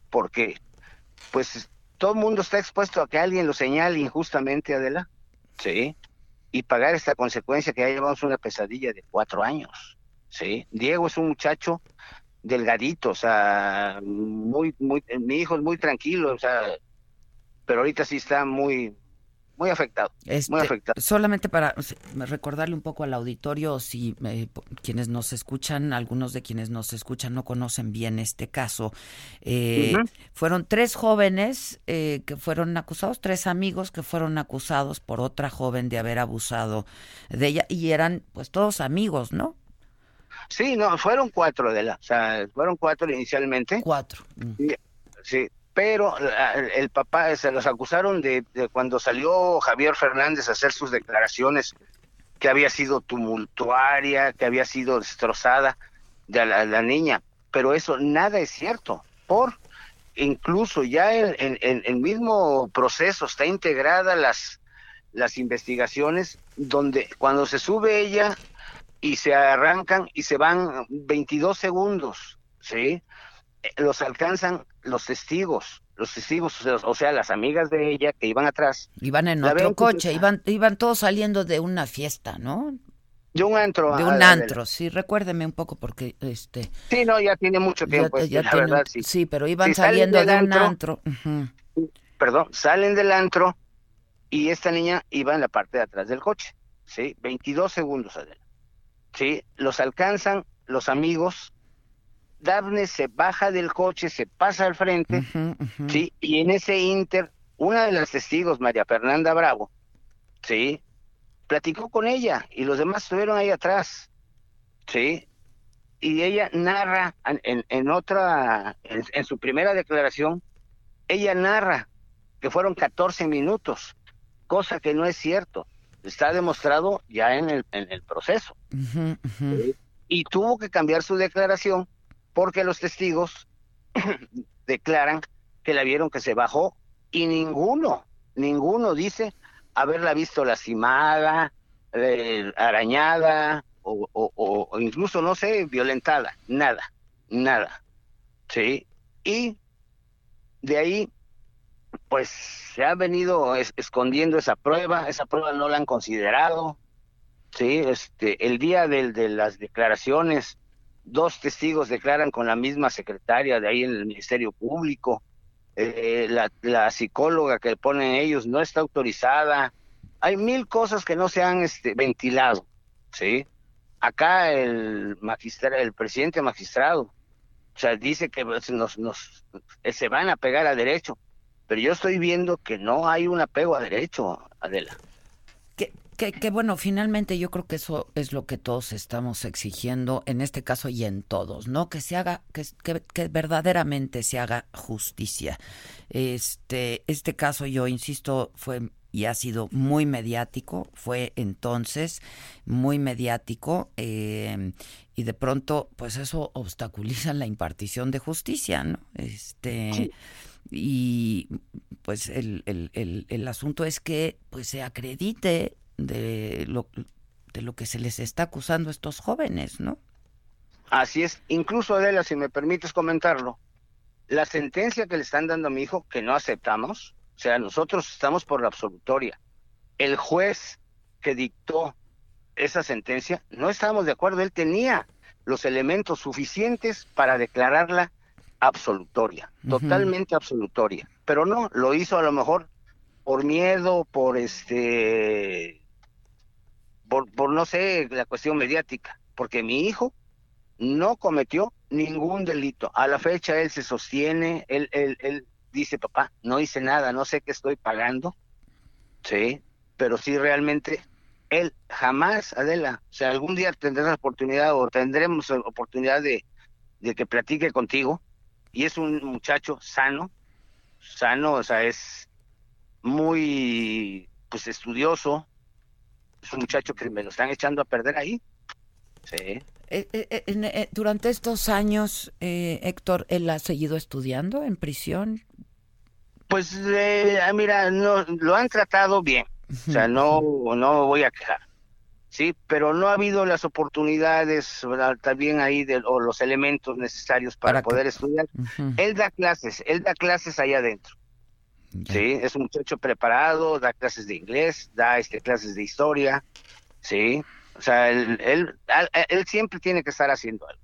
porque pues todo el mundo está expuesto a que alguien lo señale injustamente, Adela, sí, y pagar esta consecuencia que ya llevamos una pesadilla de 4 años, sí. Diego es un muchacho delgadito, o sea, mi hijo es muy tranquilo, o sea, pero ahorita sí está muy afectado, muy afectado. Solamente para recordarle un poco al auditorio, si quienes nos escuchan, algunos de quienes nos escuchan no conocen bien este caso, fueron 3 jóvenes que fueron acusados, 3 amigos que fueron acusados por otra joven de haber abusado de ella, y eran pues todos amigos, ¿no? Sí, no, fueron 4 o sea, fueron 4 inicialmente. 4. Sí, pero el papá se los acusaron de cuando salió Javier Fernández a hacer sus declaraciones, que había sido tumultuaria, que había sido destrozada de la niña, pero eso nada es cierto, incluso ya en el mismo proceso está integrada las investigaciones, donde cuando se sube ella y se arrancan y se van 22 segundos, ¿sí? Los alcanzan los testigos, o sea, las amigas de ella que iban atrás. Iban en otro coche, iban todos saliendo de una fiesta, ¿no? De un antro. De un antro, sí, recuérdeme un poco porque Sí, no, ya tiene mucho tiempo, verdad, sí. Sí, pero iban saliendo de un antro. Perdón, salen del antro y esta niña iba en la parte de atrás del coche, ¿sí? 22 segundos adelante. Sí, los alcanzan los amigos. Dafne se baja del coche, se pasa al frente, sí, y en ese inter, una de las testigos, María Fernanda Bravo, sí, platicó con ella y los demás estuvieron ahí atrás, sí, y ella narra en su primera declaración, ella narra que fueron 14 minutos, cosa que no es cierto, está demostrado ya en el proceso, ¿sí? Y tuvo que cambiar su declaración porque los testigos declaran que la vieron que se bajó y ninguno dice haberla visto lastimada, arañada o incluso, no sé, violentada, nada, ¿sí? Y de ahí, pues, se ha venido escondiendo esa prueba no la han considerado, ¿sí? El día de las declaraciones, 2 testigos declaran con la misma secretaria de ahí en el Ministerio Público, la psicóloga que ponen ellos no está autorizada, hay 1000 cosas que no se han ventilado, ¿sí? Acá el presidente magistrado, o sea, dice que se van a pegar a derecho, pero yo estoy viendo que no hay un apego a derecho, Adela. Que bueno, finalmente yo creo que eso es lo que todos estamos exigiendo en este caso y en todos, ¿no? Que se haga, que verdaderamente se haga justicia. Este caso, yo insisto, fue y ha sido muy mediático, fue entonces muy mediático, y de pronto, pues eso obstaculiza la impartición de justicia, ¿no? Sí. Y pues el asunto es que pues se acredite de lo que se les está acusando a estos jóvenes, ¿no? Así es. Incluso, Adela, si me permites comentarlo, la sentencia que le están dando a mi hijo, que no aceptamos, o sea, nosotros estamos por la absolutoria. El juez que dictó esa sentencia, no estábamos de acuerdo, él tenía los elementos suficientes para declararla absolutoria, totalmente absolutoria, pero no, lo hizo a lo mejor por miedo, por no sé, la cuestión mediática, porque mi hijo no cometió ningún delito. A la fecha él se sostiene, él dice, papá, no hice nada, no sé qué estoy pagando, sí, pero sí realmente él jamás, Adela, o sea, algún día tendrás la oportunidad o tendremos la oportunidad de que platique contigo, y es un muchacho sano, o sea, es muy, pues, estudioso, es un muchacho que me lo están echando a perder ahí, sí. Durante estos años, Héctor, ¿él ha seguido estudiando en prisión? Pues, mira, no, lo han tratado bien, o sea, no voy a quejar. sí, pero no ha habido las oportunidades, ¿verdad? También ahí o los elementos necesarios para poder estudiar. Él da clases allá adentro. Sí, es un muchacho preparado, da clases de inglés, da clases de historia, sí. O sea, él siempre tiene que estar haciendo algo.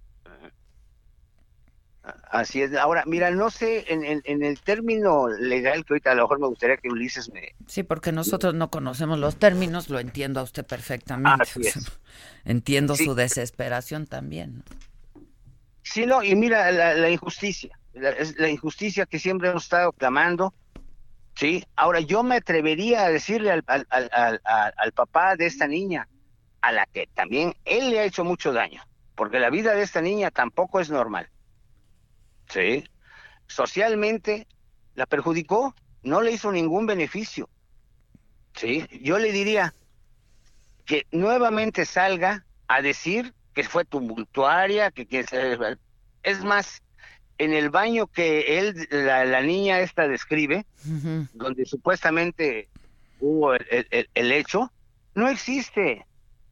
Así es. Ahora, mira, no sé, en el término legal, que ahorita a lo mejor me gustaría que Ulises me... Sí, porque nosotros no conocemos los términos, lo entiendo a usted perfectamente. Así es. Entiendo su desesperación también, ¿no? Sí, no, y mira, la injusticia, la injusticia que siempre hemos estado clamando, ¿sí? Ahora, yo me atrevería a decirle al papá de esta niña, a la que también él le ha hecho mucho daño, porque la vida de esta niña tampoco es normal. Sí, socialmente la perjudicó, no le hizo ningún beneficio. Sí, yo le diría que nuevamente salga a decir que fue tumultuaria, es más, en el baño que la niña esta describe, donde supuestamente hubo el hecho, no existe,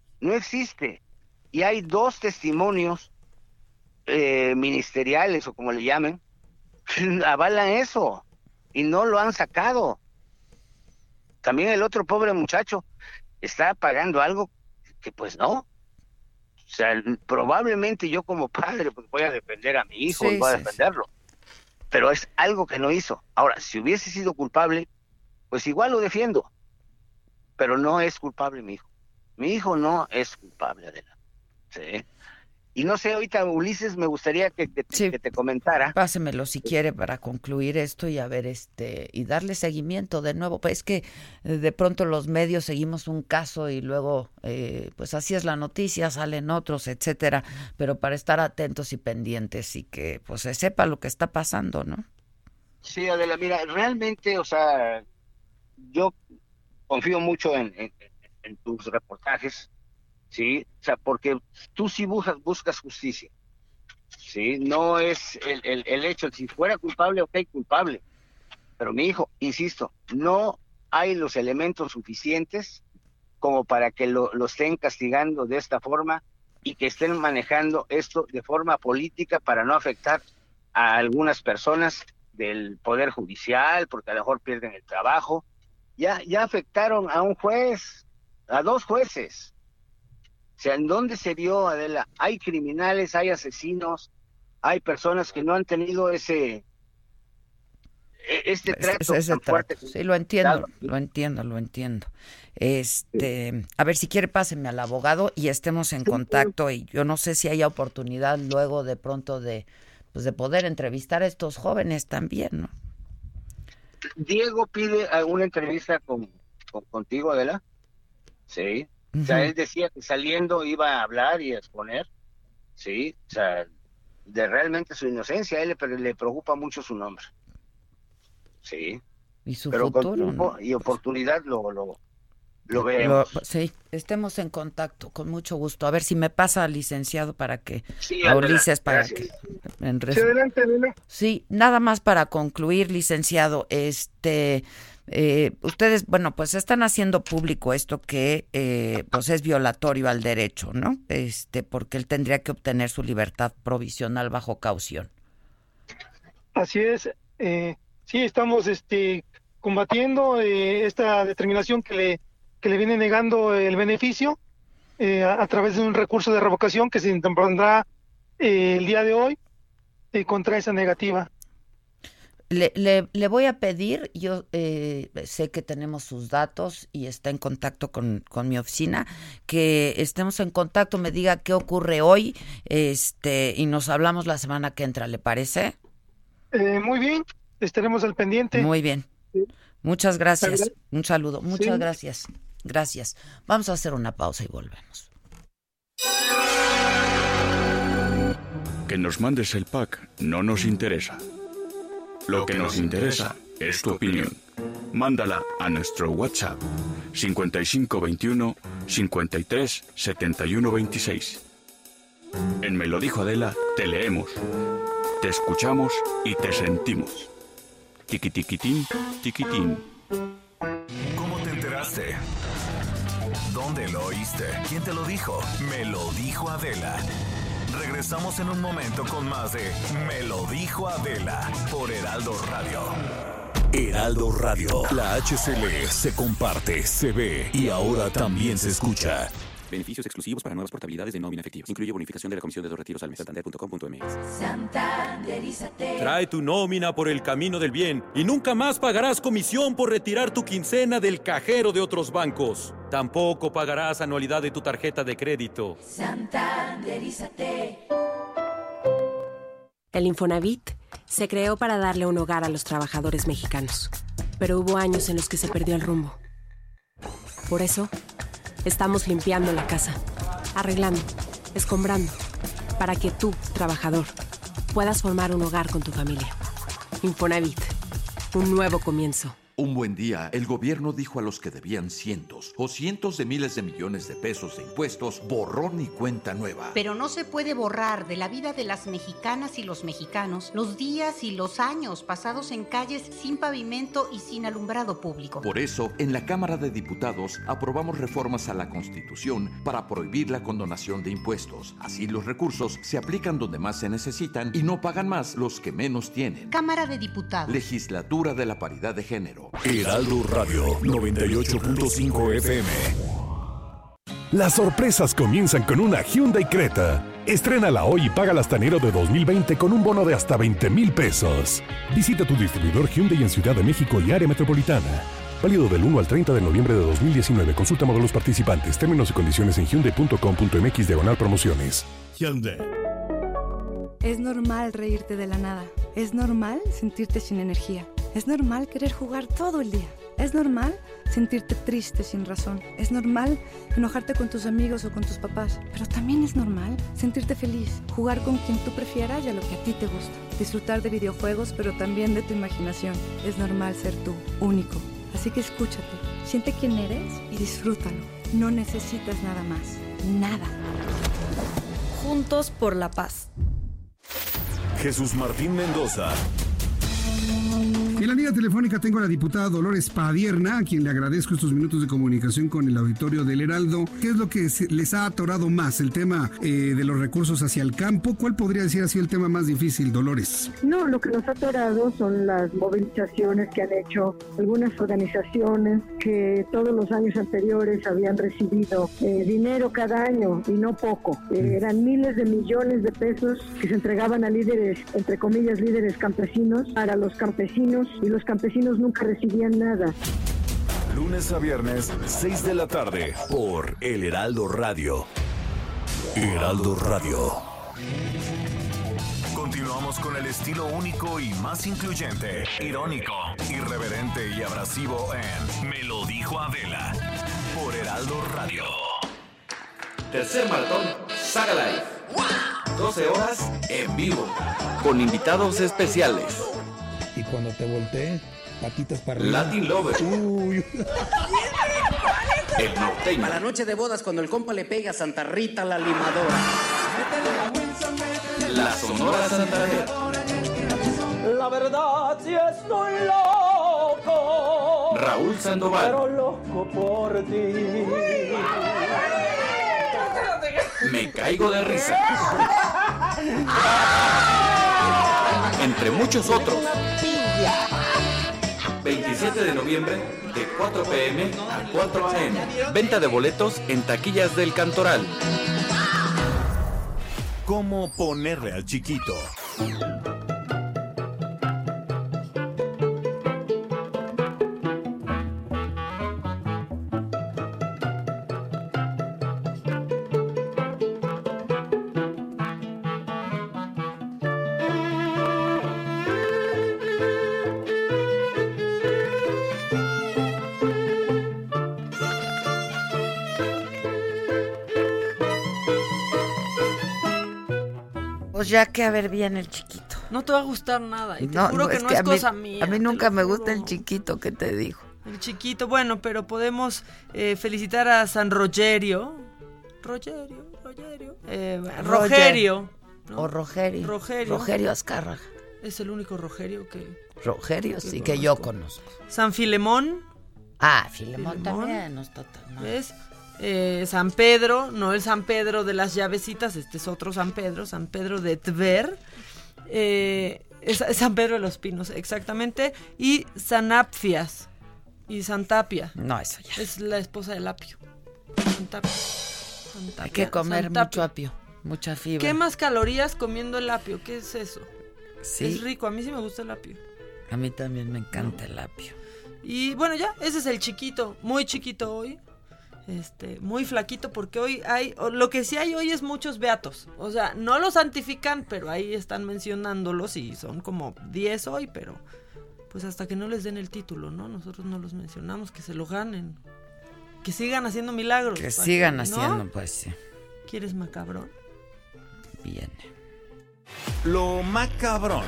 y hay 2 testimonios ministeriales o como le llamen, avalan eso y no lo han sacado. También el otro pobre muchacho está pagando algo que pues no. O sea, probablemente yo como padre pues voy a defender a mi hijo, voy a defenderlo, pero es algo que no hizo. Ahora, si hubiese sido culpable, pues igual lo defiendo, pero no es culpable mi hijo. Mi hijo no es culpable, Adela. Sí. Y no sé, ahorita Ulises, me gustaría que te comentara. Pásemelo si quiere para concluir esto y a ver y darle seguimiento de nuevo. Pues es que de pronto los medios seguimos un caso y luego pues así es la noticia, salen otros, etcétera, pero para estar atentos y pendientes y que pues se sepa lo que está pasando, ¿no? Sí, Adela, mira, realmente, o sea, yo confío mucho en tus reportajes. Sí, o sea, porque tú sí buscas justicia, sí, no es el hecho, si fuera culpable, ok, culpable, pero mi hijo, insisto, no hay los elementos suficientes como para que lo estén castigando de esta forma y que estén manejando esto de forma política para no afectar a algunas personas del Poder Judicial, porque a lo mejor pierden el trabajo. Ya afectaron a un juez, a 2 jueces. O sea, ¿en dónde se vio, Adela? Hay criminales, hay asesinos, hay personas que no han tenido este trato tan fuerte. Sí, lo entiendo. A ver, si quiere, pásenme al abogado y estemos en contacto. Y yo no sé si haya oportunidad luego de pronto de poder entrevistar a estos jóvenes también, ¿no? Diego pide alguna entrevista contigo, Adela. Sí. O sea, él decía que saliendo iba a hablar y a exponer, sí, o sea, de realmente su inocencia. A él le preocupa mucho su nombre, sí. Y su pero futuro, con tiempo, ¿no? Y oportunidad lo veremos. Sí, estemos en contacto, con mucho gusto. A ver si me pasa al licenciado para que... Sí, a Ulises para gracias. que... Sí, adelante, Adela. Sí, nada más para concluir, licenciado, ustedes, bueno, pues están haciendo público esto que pues es violatorio al derecho, ¿no? Porque él tendría que obtener su libertad provisional bajo caución. Así es. Sí, estamos combatiendo esta determinación que le viene negando el beneficio a través de un recurso de revocación que se interpondrá el día de hoy contra esa negativa. Le voy a pedir, yo sé que tenemos sus datos y está en contacto con mi oficina, que estemos en contacto, me diga qué ocurre hoy, y nos hablamos la semana que entra, ¿le parece? Muy bien, estaremos al pendiente. Muy bien. Muchas gracias. Un saludo. Muchas gracias. Gracias. Vamos a hacer una pausa y volvemos. Que nos mandes el pack no nos interesa. Lo que nos interesa es tu opinión. Mándala a nuestro WhatsApp 5521 53 71 26. En Me lo dijo Adela te leemos, te escuchamos y te sentimos. Tiquitiquitín, tiquitín. ¿Cómo te enteraste? ¿Dónde lo oíste? ¿Quién te lo dijo? Me lo dijo Adela. Regresamos en un momento con más de Me lo dijo Adela por Heraldo Radio. Heraldo Radio. La HCL se comparte, se ve y ahora también se escucha. Beneficios exclusivos para nuevas portabilidades de nómina efectiva. Incluye bonificación de la comisión de los retiros al mes. Santander.com.mx. Santanderízate. Trae tu nómina por el camino del bien y nunca más pagarás comisión por retirar tu quincena del cajero de otros bancos. Tampoco pagarás anualidad de tu tarjeta de crédito. Santanderízate. El Infonavit se creó para darle un hogar a los trabajadores mexicanos, pero hubo años en los que se perdió el rumbo. Por eso, estamos limpiando la casa, arreglando, escombrando, para que tú, trabajador, puedas formar un hogar con tu familia. Infonavit, un nuevo comienzo. Un buen día, el gobierno dijo a los que debían cientos o cientos de miles de millones de pesos de impuestos, borrón y cuenta nueva. Pero no se puede borrar de la vida de las mexicanas y los mexicanos los días y los años pasados en calles sin pavimento y sin alumbrado público. Por eso, en la Cámara de Diputados aprobamos reformas a la Constitución para prohibir la condonación de impuestos. Así los recursos se aplican donde más se necesitan y no pagan más los que menos tienen. Cámara de Diputados. Legislatura de la Paridad de Género. Heraldo Radio 98.5 FM. Las sorpresas comienzan con una Hyundai Creta. Estrénala hoy y paga hasta enero de 2020 con un bono de hasta 20,000 pesos. Visita tu distribuidor Hyundai en Ciudad de México y área metropolitana. Válido del 1 al 30 de noviembre de 2019. Consulta modelos participantes, términos y condiciones en hyundai.com.mx/promociones. Hyundai. Es normal reírte de la nada. Es normal sentirte sin energía. Es normal querer jugar todo el día. Es normal sentirte triste sin razón. Es normal enojarte con tus amigos o con tus papás. Pero también es normal sentirte feliz, jugar con quien tú prefieras y a lo que a ti te gusta. Disfrutar de videojuegos, pero también de tu imaginación. Es normal ser tú, único. Así que escúchate, siente quién eres y disfrútalo. No necesitas nada más. Nada. Juntos por la paz. Jesús Martín Mendoza. En la línea telefónica tengo a la diputada Dolores Padierna, a quien le agradezco estos minutos de comunicación con el auditorio del Heraldo. ¿Qué es lo que les ha atorado más? ¿El tema de los recursos hacia el campo? ¿Cuál podría decir así el tema más difícil, Dolores? No, lo que nos ha atorado son las movilizaciones que han hecho algunas organizaciones que todos los años anteriores habían recibido dinero cada año y no poco. Eran miles de millones de pesos que se entregaban a líderes, entre comillas, líderes campesinos, para los campesinos, y los campesinos nunca recibían nada. Lunes a viernes, 6 de la tarde, por El Heraldo Radio. Heraldo Radio. Continuamos con el estilo único y más incluyente, irónico, irreverente y abrasivo en Me lo dijo Adela, por Heraldo Radio. Tercer maratón Saga Live. 12 horas en vivo, con invitados especiales. Y cuando te voltees, patitas para arriba. Latin Lover. Uy. El norteño. Para la noche de bodas, cuando el compa le pega a Santa Rita la limadora. La Sonora Santanera. La verdad, si estoy loco. Raúl Sandoval. Pero loco por ti. Me caigo de risa. Entre muchos otros. 27 de noviembre, de 4 p.m. a 4 a.m. Venta de boletos en taquillas del Cantoral. ¿Cómo ponerle al chiquito? Pues ya que a ver bien el chiquito. No te va a gustar nada. Y te juro que no es cosa mía. A mí nunca me gusta el chiquito, ¿qué te digo? El chiquito, bueno, pero podemos felicitar a San Rogerio. Rogerio. ¿No? O Rogerio. Rogerio Azcárraga. Es el único Rogerio que... Rogerio, sí, que yo conozco. San Filemón. Ah, Filemón también, no está tan mal. ¿Ves? San Pedro, no el San Pedro de las llavecitas, este es otro San Pedro de Tver, es San Pedro de los Pinos, exactamente, y Sanapfias y Santapia. No, eso ya. Es la esposa del apio. Santapia. Hay que comer mucho apio, mucha fibra. ¿Qué más calorías comiendo el apio? ¿Qué es eso? Sí. Es rico, a mí sí me gusta el apio. A mí también me encanta el apio. Y bueno, ya, ese es el chiquito, muy chiquito hoy. Muy flaquito, porque hoy lo que sí hay hoy es muchos beatos. O sea, no los santifican, pero ahí están mencionándolos y son como 10 hoy, pero pues hasta que no les den el título, ¿no? Nosotros no los mencionamos, que se lo ganen. Que sigan haciendo milagros. Que sigan ¿no? haciendo, pues sí. ¿Quieres macabrón? Viene. Lo macabrón.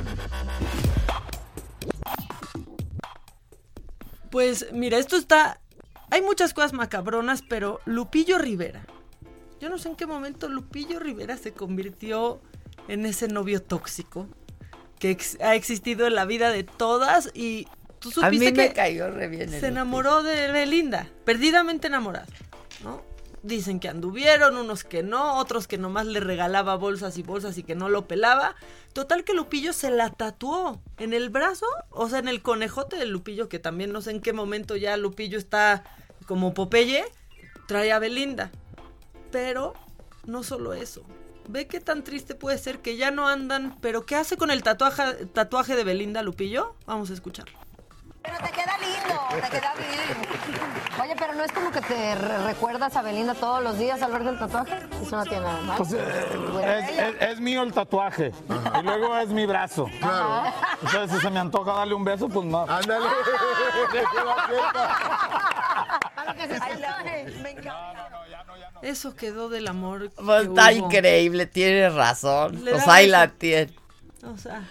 Pues mira, esto está... Hay muchas cosas macabronas, pero Lupillo Rivera. Yo no sé en qué momento Lupillo Rivera se convirtió en ese novio tóxico que ha existido en la vida de todas y tú supiste a mí me que cayó re bien se enamoró de Belinda, perdidamente enamorado, ¿no? Dicen que anduvieron, unos que no, otros que nomás le regalaba bolsas y bolsas y que no lo pelaba. Total que Lupillo se la tatuó en el brazo, o sea, en el conejote de Lupillo, que también no sé en qué momento ya Lupillo está como Popeye, trae a Belinda. Pero no solo eso. Ve qué tan triste puede ser que ya no andan, pero ¿qué hace con el tatuaje de Belinda, Lupillo? Vamos a escucharlo. Pero te queda lindo, te queda bien. Oye, pero no es como que te recuerdas a Belinda todos los días al ver del tatuaje. Eso no tiene nada más. Pues, es mío el tatuaje. Y luego es mi brazo. Claro. Entonces, si se me antoja darle un beso, pues no. Ándale. Para que se sienta. Me encanta. Eso quedó del amor. Pues está increíble, tienes razón. Pues ahí la tiene. O sea.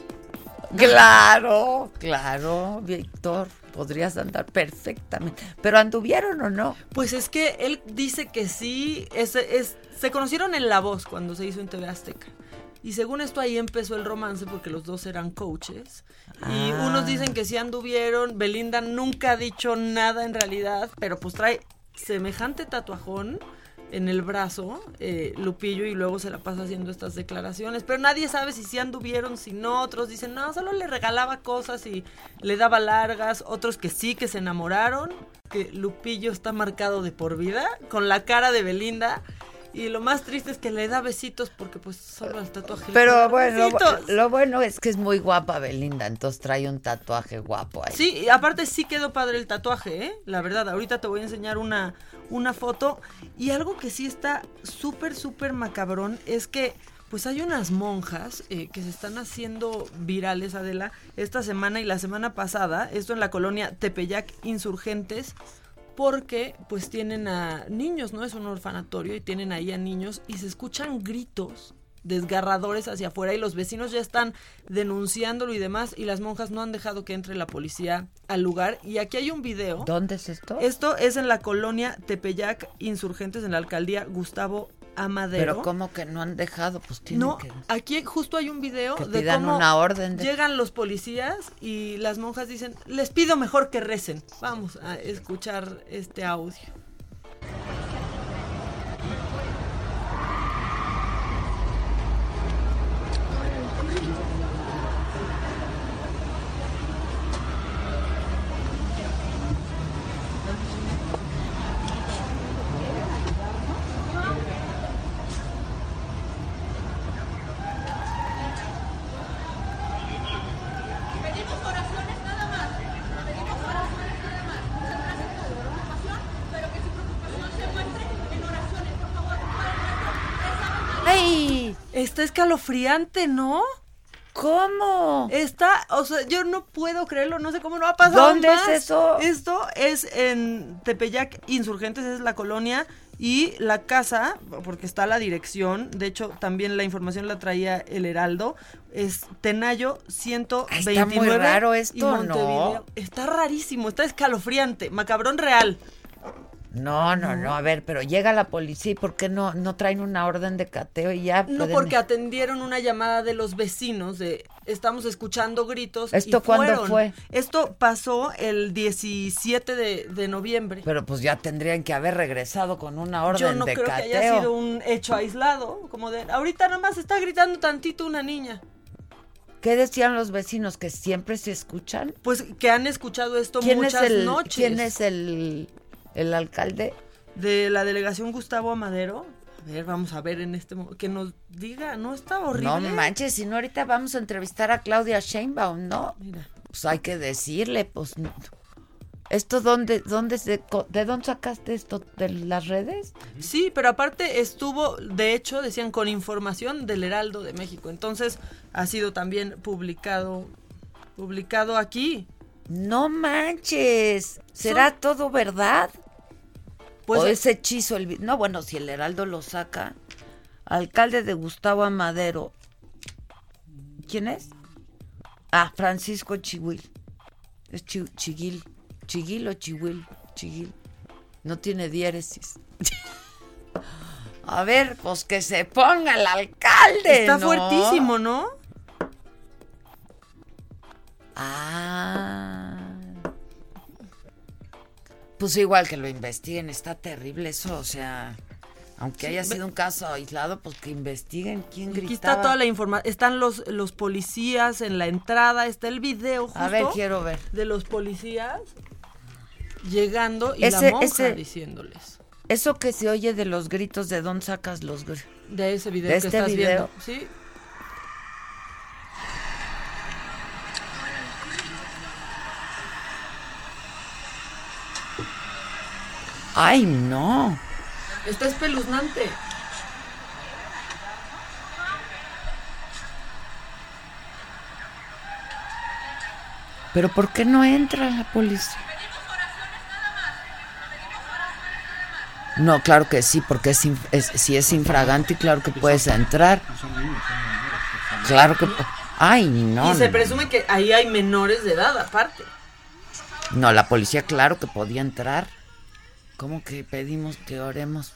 Claro, Víctor, podrías andar perfectamente. ¿Pero anduvieron o no? Pues es que él dice que sí, se conocieron en La Voz cuando se hizo en TV Azteca. Y según esto ahí empezó el romance porque los dos eran coaches. Y unos dicen que sí anduvieron, Belinda nunca ha dicho nada en realidad, pero pues trae semejante tatuajón en el brazo, Lupillo, y luego se la pasa haciendo estas declaraciones, pero nadie sabe si sí anduvieron, si no. Otros dicen, no, solo le regalaba cosas y le daba largas. Otros que sí, que se enamoraron, que Lupillo está marcado de por vida, con la cara de Belinda, y lo más triste es que le da besitos porque pues solo el tatuaje. Pero bueno, lo bueno es que es muy guapa Belinda, entonces trae un tatuaje guapo ahí. Sí, y aparte sí quedó padre el tatuaje, la verdad. Ahorita te voy a enseñar una foto. Y algo que sí está súper, súper macabrón es que pues hay unas monjas que se están haciendo virales, Adela, esta semana y la semana pasada, esto en la colonia Tepeyac Insurgentes, porque pues tienen a niños, ¿no? Es un orfanatorio y tienen ahí a niños y se escuchan gritos desgarradores hacia afuera y los vecinos ya están denunciándolo y demás, y las monjas no han dejado que entre la policía al lugar. Y aquí hay un video. ¿Dónde es esto? Esto es en la colonia Tepeyac Insurgentes, en la alcaldía Gustavo Amadero. Pero ¿cómo que no han dejado? Pues tienen que... Aquí justo hay un video de cómo una orden llegan los policías y las monjas dicen, les pido mejor que recen. Vamos a escuchar este audio. ¡Ay! Está escalofriante, ¿no? ¿Cómo? O sea, yo no puedo creerlo, no sé cómo no ha pasado. ¿Dónde es eso? Esto es en Tepeyac Insurgentes, es la colonia, y la casa, porque está la dirección, de hecho también la información la traía el Heraldo, es Tenayo 129. Está muy raro esto, y Montevideo. ¿no? Está rarísimo, está escalofriante, macabrón real. No, a ver, pero llega la policía y ¿por qué no traen una orden de cateo y ya? No, porque atendieron una llamada de los vecinos de estamos escuchando gritos. ¿Esto y cuándo fue? Esto pasó el 17 de noviembre. Pero pues ya tendrían que haber regresado con una orden de cateo. Yo no creo que haya sido un hecho aislado, como de ahorita nada más está gritando tantito una niña. ¿Qué decían los vecinos? ¿Que siempre se escuchan? Pues que han escuchado esto muchas noches. ¿Quién es el alcalde? De la delegación Gustavo Amadero. A ver, vamos a ver en este momento. Que nos diga, ¿no está horrible? No manches, si no ahorita vamos a entrevistar a Claudia Sheinbaum, ¿no? Mira. Pues hay que decirle, pues... ¿Esto de dónde sacaste esto? ¿De las redes? Sí, pero aparte estuvo, de hecho, decían, con información del Heraldo de México. Entonces, ha sido también publicado aquí. No manches, ¿será todo verdad? Pues, ¿o es hechizo el... No, bueno, si el Heraldo lo saca. Alcalde de Gustavo Amadero. ¿Quién es? Ah, Francisco Chiguil. Es Chiguil. ¿Chiguil o Chihuil? Chiguil. No tiene diéresis. A ver, pues que se ponga el alcalde. Está fuertísimo, ¿no? Ah. Pues igual que lo investiguen, está terrible eso, o sea, aunque haya sido un caso aislado, pues que investiguen quién gritaba. Aquí está toda la información, están los policías en la entrada, está el video justo. A ver, quiero ver. De los policías llegando y la monja diciéndoles. Eso que se oye de los gritos, ¿de dónde sacas los gritos? De ese video que estás viendo. Sí. ¡Ay, no! Está espeluznante. ¿Pero por qué no entra la policía? No, claro que sí, porque si es infragante, claro que puedes entrar. Claro que... ¡Ay, no! Y se presume que ahí hay menores de edad, aparte. No, la policía claro que podía entrar. ¿Cómo que pedimos que oremos?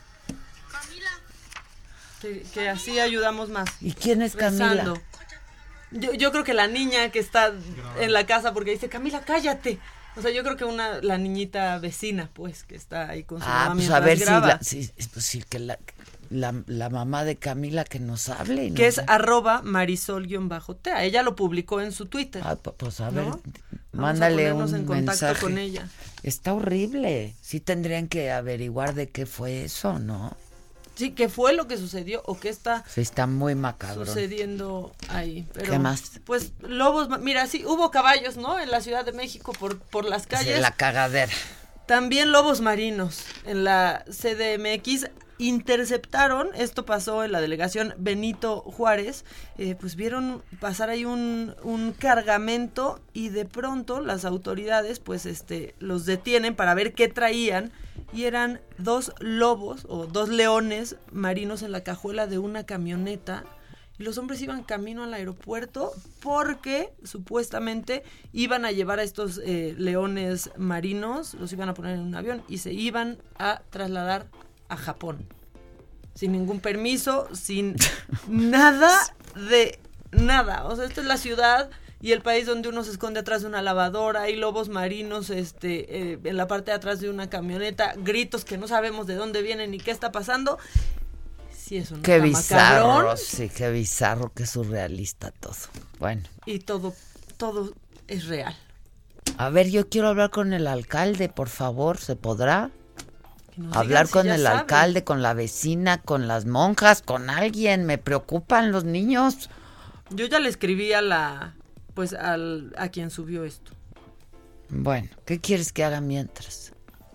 Que así ayudamos más. ¿Y quién es Camila? Rezando. Yo creo que la niña que está en la casa porque dice, Camila, cállate. O sea, yo creo que la niñita vecina, pues, que está ahí con su mamá pues mientras a ver graba. si que la mamá de Camila que nos hable. Que es @Marisol_tea. Ella lo publicó en su Twitter. Pues a ver, ¿no? mándale Vamos a ponernos en contacto mensaje. con ella. Está horrible. Sí tendrían que averiguar de qué fue eso, ¿no? Sí, qué fue lo que sucedió o qué está... Sí, está muy macabro. Sucediendo ahí. Pero, ¿qué más? Pues lobos, mira, sí, hubo caballos, ¿no? En la Ciudad de México por las calles. Sí, la cagadera. También lobos marinos en la CDMX. Interceptaron, esto pasó en la delegación Benito Juárez, pues vieron pasar ahí un cargamento y de pronto las autoridades pues los detienen para ver qué traían y eran 2 lobos o 2 leones marinos en la cajuela de una camioneta y los hombres iban camino al aeropuerto porque supuestamente iban a llevar a estos leones marinos, los iban a poner en un avión y se iban a trasladar a Japón, sin ningún permiso, sin nada de nada. O sea, esta es la ciudad y el país donde uno se esconde atrás de una lavadora, hay lobos marinos en la parte de atrás de una camioneta, gritos que no sabemos de dónde vienen ni qué está pasando. Sí, eso no qué está bizarro, macabrón. sí, qué bizarro, qué surrealista todo. Bueno. Y todo es real. A ver, yo quiero hablar con el alcalde, por favor, ¿se podrá? Hablar con el alcalde, con la vecina, con las monjas, con alguien. Me preocupan los niños. Yo ya le escribí a quien subió esto. Bueno, ¿qué quieres que haga mientras?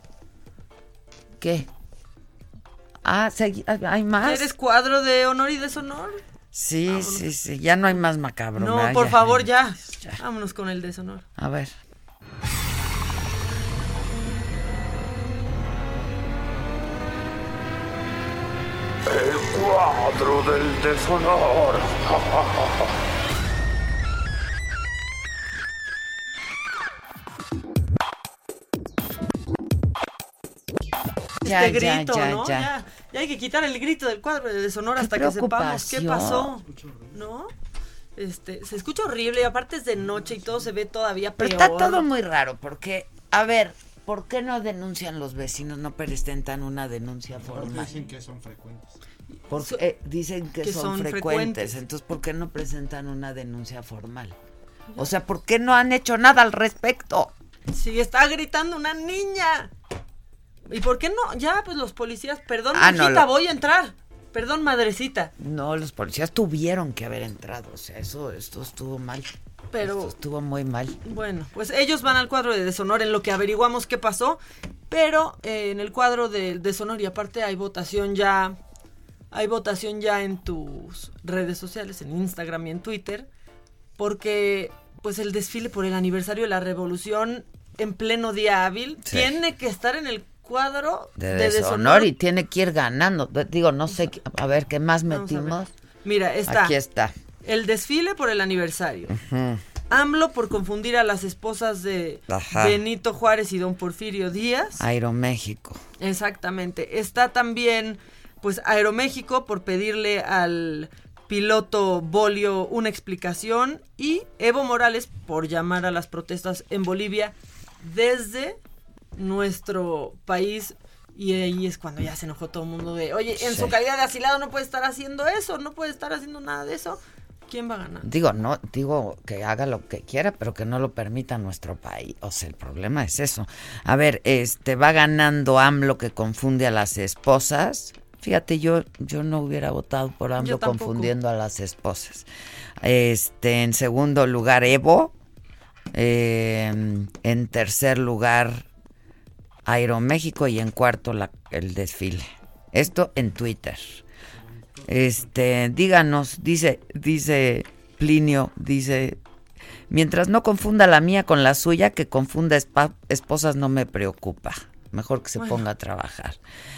¿Qué? ¿Hay más? ¿Quieres cuadro de honor y deshonor? Sí, sí, ya no hay más macabro. No, por favor, ya. Vámonos con el deshonor. A ver. El cuadro del deshonor. este grito, ¿no? Ya hay que quitar el grito del cuadro de deshonor hasta que sepamos qué pasó, ¿no? Se escucha horrible y aparte es de noche y todo se ve todavía peor. Pero está todo muy raro porque, a ver, ¿por qué no denuncian los vecinos? No presentan una denuncia formal. Dicen que son frecuentes. Dicen que son frecuentes. Entonces, ¿por qué no presentan una denuncia formal? O sea, ¿por qué no han hecho nada al respecto? Sí, está gritando una niña. ¿Y por qué no? Ya, pues los policías, perdón, hijita, voy a entrar. Perdón, madrecita. No, los policías tuvieron que haber entrado. O sea, esto estuvo mal. Esto estuvo muy mal. Bueno, pues ellos van al cuadro de deshonor en lo que averiguamos qué pasó. Pero en el cuadro de deshonor y aparte hay votación ya en tus redes sociales, en Instagram y en Twitter. Porque pues el desfile por el aniversario de la revolución en pleno día hábil tiene que estar en el cuadro de deshonor y tiene que ir ganando. Digo, no sé, a ver, ¿qué más metimos? Mira, aquí está. El desfile por el aniversario. Uh-huh. AMLO por confundir a las esposas de Benito Juárez y don Porfirio Díaz. Aeroméxico. Exactamente. Está también, pues, Aeroméxico por pedirle al piloto Bolio una explicación y Evo Morales por llamar a las protestas en Bolivia desde nuestro país. Y ahí es cuando ya se enojó todo el mundo de, oye, en su calidad de asilado no puede estar haciendo eso, no puede estar haciendo nada de eso. ¿Quién va a ganar? Digo que haga lo que quiera, pero que no lo permita nuestro país. O sea, el problema es eso. A ver, va ganando AMLO que confunde a las esposas. Fíjate, yo no hubiera votado por AMLO confundiendo a las esposas. En segundo lugar, Evo. En tercer lugar, Aeroméxico. Y en cuarto, el desfile. Esto en Twitter. Díganos, dice Plinio, mientras no confunda la mía con la suya, que confunda esposas no me preocupa. Mejor que se ponga a trabajar.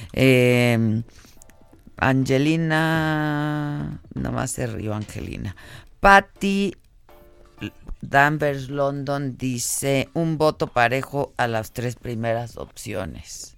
Angelina, nomás se rió Angelina. Patty Danvers London dice, un voto parejo a las 3 primeras opciones.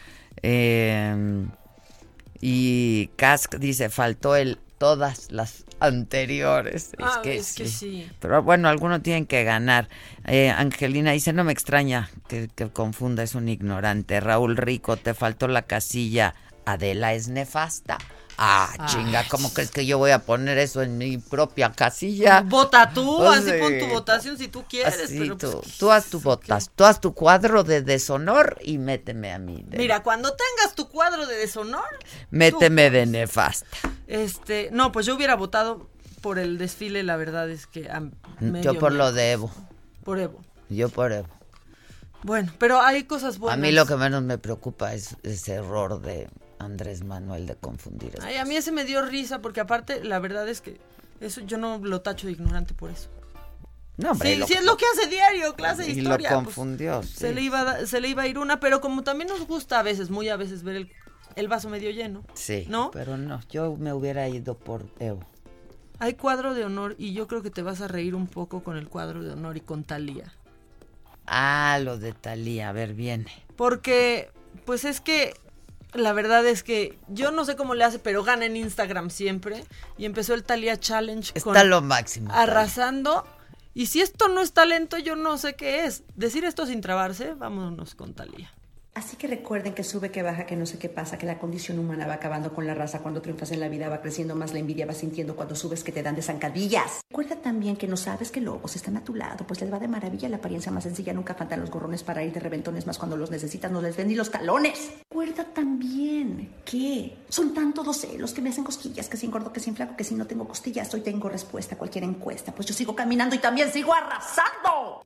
Y Kask dice, faltó todas las anteriores. Es que sí. Pero bueno, algunos tienen que ganar. Angelina dice, no me extraña que confunda, es un ignorante. Raúl Rico, te faltó la casilla, Adela es nefasta. Chinga, ¿cómo crees que yo voy a poner eso en mi propia casilla? Vota tú, así pon tu votación si tú quieres. Pero tú haz tu tú haz tu cuadro de deshonor y méteme a mí. Mira, cuando tengas tu cuadro de deshonor, méteme de nefasta. No, pues yo hubiera votado por el desfile, la verdad es que yo por lo de Evo. Por Evo. Yo por Evo. Bueno, pero hay cosas buenas. A mí lo que menos me preocupa es ese error de Andrés Manuel de confundir. Ay, a mí ese me dio risa porque aparte la verdad es que eso yo no lo tacho de ignorante por eso. No, hombre, sí, es lo que hace diario, clase de historia. Y lo confundió. Pues, se le iba a ir una, pero como también nos gusta a veces, muy a veces ver el vaso medio lleno. Sí, ¿no? Pero no, yo me hubiera ido por Evo. Hay cuadro de honor y yo creo que te vas a reír un poco con el cuadro de honor y con Thalía. Lo de Thalía, a ver, viene. Porque, pues es que la verdad es que yo no sé cómo le hace, pero gana en Instagram siempre. Y empezó el Thalía Challenge. Está lo máximo. Arrasando. Y si esto no es talento, yo no sé qué es. Decir esto sin trabarse, vámonos con Thalía. Así que recuerden que sube, que baja, que no sé qué pasa, que la condición humana va acabando con la raza. Cuando triunfas en la vida va creciendo más la envidia, vas sintiendo cuando subes que te dan de zancadillas. Recuerda también que no sabes que lobos están a tu lado, pues les va de maravilla la apariencia más sencilla. Nunca faltan los gorrones para ir de reventones, más cuando los necesitas no les ven ni los talones. Recuerda también que son tanto los celos que me hacen cosquillas, que si engordo, que si flaco, que si no tengo costillas. Hoy tengo respuesta a cualquier encuesta, pues yo sigo caminando y también sigo arrasando.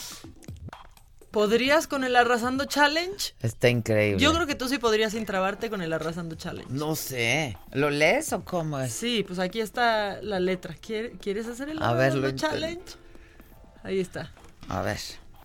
¿Podrías con el Arrasando Challenge? Está increíble. Yo creo que tú sí podrías intrabarte con el Arrasando Challenge. No sé. ¿Lo lees o cómo es? Sí, pues aquí está la letra. ¿Quieres hacer el Arrasando Challenge? Ahí está. A ver.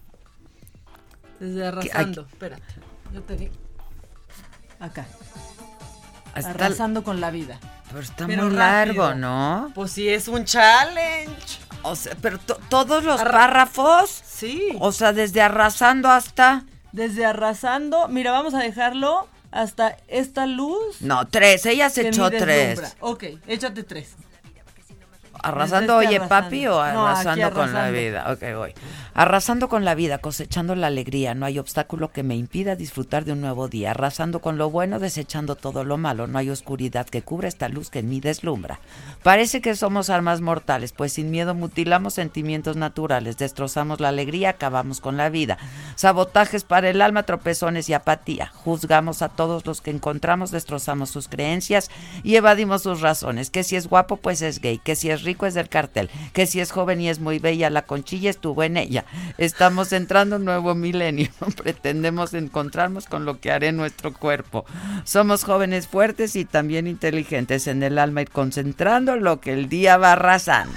Desde Arrasando. Espérate. Yo te digo. Acá. Arrasando con la vida. Pero está muy largo, ¿no? Pues sí, es un challenge. O sea, pero todos los párrafos. Sí. O sea, desde Arrasando hasta. Desde Arrasando. Mira, vamos a dejarlo hasta esta luz. No, 3, ella se echó 3. Ok, échate 3. ¿Arrasando, oye, papi, o arrasando con la arrasando. vida? Ok, voy. Arrasando con la vida, cosechando la alegría, no hay obstáculo que me impida disfrutar de un nuevo día. Arrasando con lo bueno, desechando todo lo malo, no hay oscuridad que cubra esta luz que en mí deslumbra. Parece que somos almas mortales, pues sin miedo mutilamos sentimientos naturales, destrozamos la alegría, acabamos con la vida. Sabotajes para el alma, tropezones y apatía. Juzgamos a todos los que encontramos, destrozamos sus creencias y evadimos sus razones. Que si es guapo, pues es gay, que si es rico es del cartel, que si es joven y es muy bella, la Conchilla estuvo en ella. Estamos entrando en un nuevo milenio, pretendemos encontrarnos con lo que haré nuestro cuerpo. Somos jóvenes fuertes y también inteligentes en el alma, ir concentrando lo que el día va arrasando.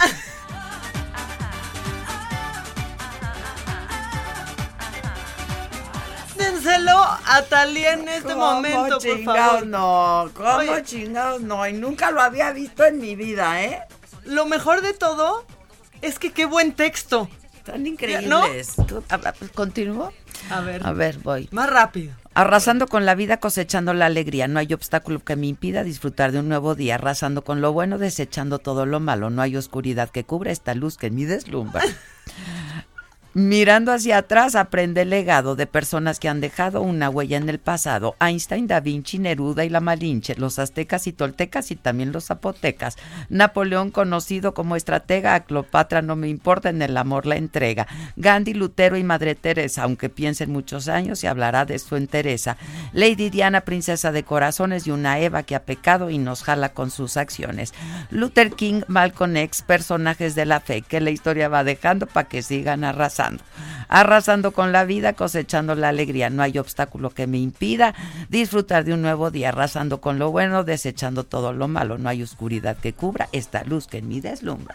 Dénselo a Thalía en este momento, por favor. No, ¿cómo chingados no? Y nunca lo había visto en mi vida, ¿eh? Lo mejor de todo es que qué buen texto. Están increíbles. ¿No? ¿Continúo? A ver, voy. Más rápido. Arrasando con la vida, cosechando la alegría, no hay obstáculo que me impida disfrutar de un nuevo día. Arrasando con lo bueno, desechando todo lo malo, no hay oscuridad que cubra esta luz que en mí deslumbra. Mirando hacia atrás, aprende el legado de personas que han dejado una huella en el pasado. Einstein, Da Vinci, Neruda y la Malinche, los aztecas y toltecas y también los zapotecas. Napoleón, conocido como estratega, a Cleopatra no me importa, en el amor la entrega. Gandhi, Lutero y Madre Teresa, aunque piensen muchos años, se hablará de su entereza. Lady Diana, princesa de corazones, y una Eva que ha pecado y nos jala con sus acciones. Luther King, Malcolm X, personajes de la fe que la historia va dejando para que sigan arrasando. Arrasando con la vida, cosechando la alegría, no hay obstáculo que me impida disfrutar de un nuevo día. Arrasando con lo bueno, desechando todo lo malo, no hay oscuridad que cubra esta luz que en mí deslumbra.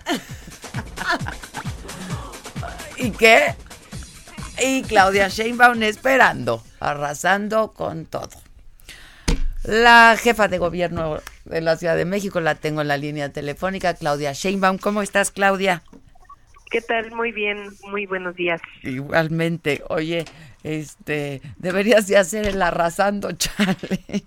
¿Y qué? Y Claudia Sheinbaum esperando, arrasando con todo. La jefa de gobierno de la Ciudad de México la tengo en la línea telefónica, Claudia Sheinbaum. ¿Cómo estás, Claudia? ¿Qué tal? Muy bien, muy buenos días. Igualmente. Oye, deberías de hacer el Arrasando Challenge.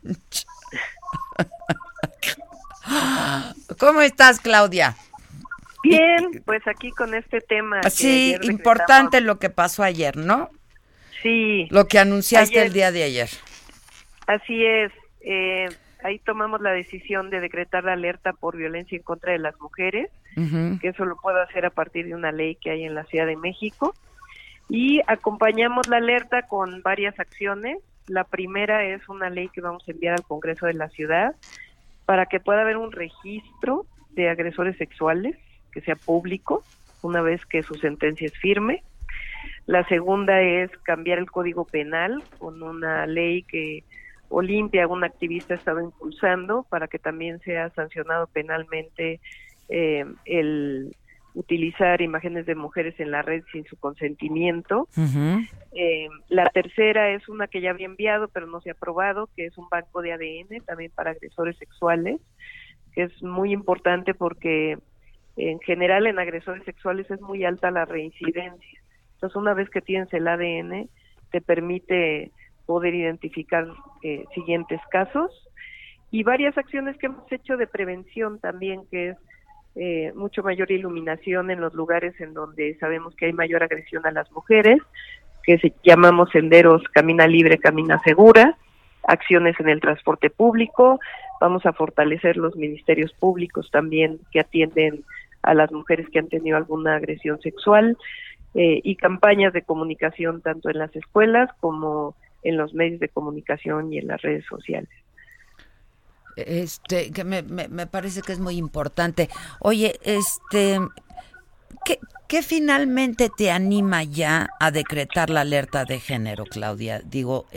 ¿Cómo estás, Claudia? Bien, pues aquí con este tema. Sí, importante lo que pasó ayer, ¿no? Sí. Lo que anunciaste el día de ayer. Así es. Ahí tomamos la decisión de decretar la alerta por violencia en contra de las mujeres, que eso lo puedo hacer a partir de una ley que hay en la Ciudad de México. Y acompañamos la alerta con varias acciones. La primera es una ley que vamos a enviar al Congreso de la Ciudad para que pueda haber un registro de agresores sexuales que sea público una vez que su sentencia es firme. La segunda es cambiar el Código Penal con una ley que Olimpia, un activista, ha estado impulsando para que también sea sancionado penalmente el utilizar imágenes de mujeres en la red sin su consentimiento. La tercera es una que ya había enviado pero no se ha aprobado, que es un banco de ADN también para agresores sexuales, que es muy importante porque en general en agresores sexuales es muy alta la reincidencia. Entonces una vez que tienes el ADN te permite poder identificar siguientes casos, y varias acciones que hemos hecho de prevención también, que es mucho mayor iluminación en los lugares en donde sabemos que hay mayor agresión a las mujeres, que llamamos senderos Camina Libre, Camina Segura, acciones en el transporte público. Vamos a fortalecer los ministerios públicos también que atienden a las mujeres que han tenido alguna agresión sexual, y campañas de comunicación tanto en las escuelas como en los medios de comunicación y en las redes sociales. Que me parece que es muy importante. Oye, ¿qué finalmente te anima ya a decretar la alerta de género, Claudia? Digo,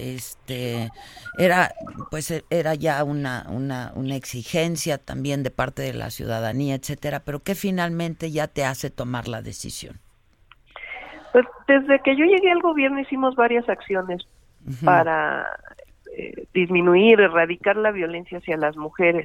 era ya una exigencia también de parte de la ciudadanía, etcétera, pero ¿qué finalmente ya te hace tomar la decisión? Pues desde que yo llegué al gobierno hicimos varias acciones para disminuir, erradicar la violencia hacia las mujeres.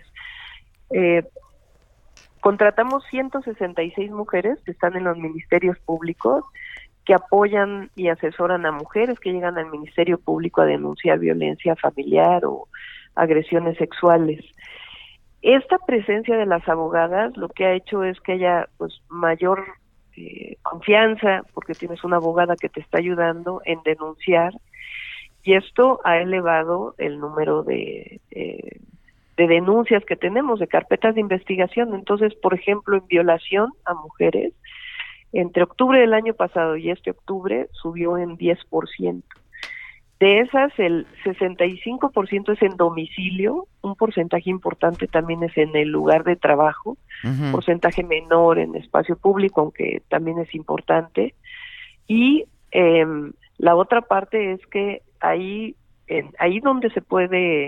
Contratamos 166 mujeres que están en los ministerios públicos que apoyan y asesoran a mujeres que llegan al Ministerio Público a denunciar violencia familiar o agresiones sexuales. Esta presencia de las abogadas lo que ha hecho es que haya pues mayor confianza, porque tienes una abogada que te está ayudando en denunciar, y esto ha elevado el número de denuncias que tenemos, de carpetas de investigación. Entonces, por ejemplo, en violación a mujeres, entre octubre del año pasado y este octubre subió en 10%. De esas, el 65% es en domicilio, un porcentaje importante también es en el lugar de trabajo, porcentaje menor en espacio público, aunque también es importante. Y la otra parte es que ahí donde se puede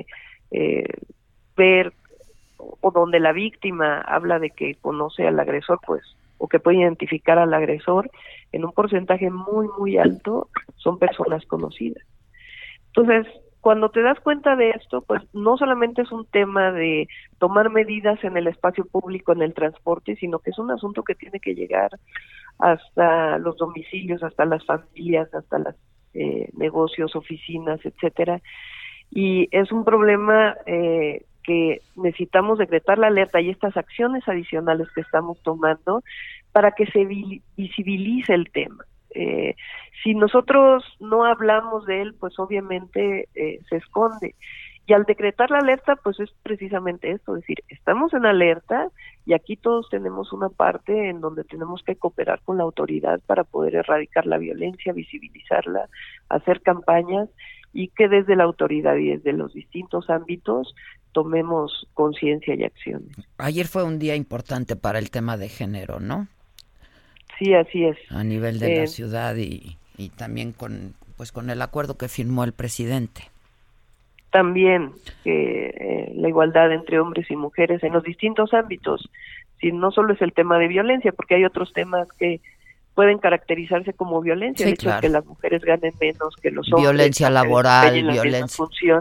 ver, o donde la víctima habla de que conoce al agresor, pues, o que puede identificar al agresor, en un porcentaje muy, muy alto, son personas conocidas. Entonces, cuando te das cuenta de esto, pues no solamente es un tema de tomar medidas en el espacio público, en el transporte, sino que es un asunto que tiene que llegar hasta los domicilios, hasta las familias, hasta los negocios, oficinas, etcétera. Y es un problema que necesitamos decretar la alerta y estas acciones adicionales que estamos tomando para que se visibilice el tema. Si nosotros no hablamos de él, pues obviamente se esconde. Y al decretar la alerta, pues es precisamente esto, es decir, estamos en alerta y aquí todos tenemos una parte en donde tenemos que cooperar con la autoridad para poder erradicar la violencia, visibilizarla, hacer campañas y que desde la autoridad y desde los distintos ámbitos tomemos conciencia y acciones. Ayer fue un día importante para el tema de género, ¿no? Sí, así es. A nivel de la ciudad y también con el acuerdo que firmó el presidente. También la igualdad entre hombres y mujeres en los distintos ámbitos. Si no solo es el tema de violencia, porque hay otros temas que pueden caracterizarse como violencia, sí, el hecho claro. de que las mujeres ganen menos que los hombres, violencia laboral, violencia. Función.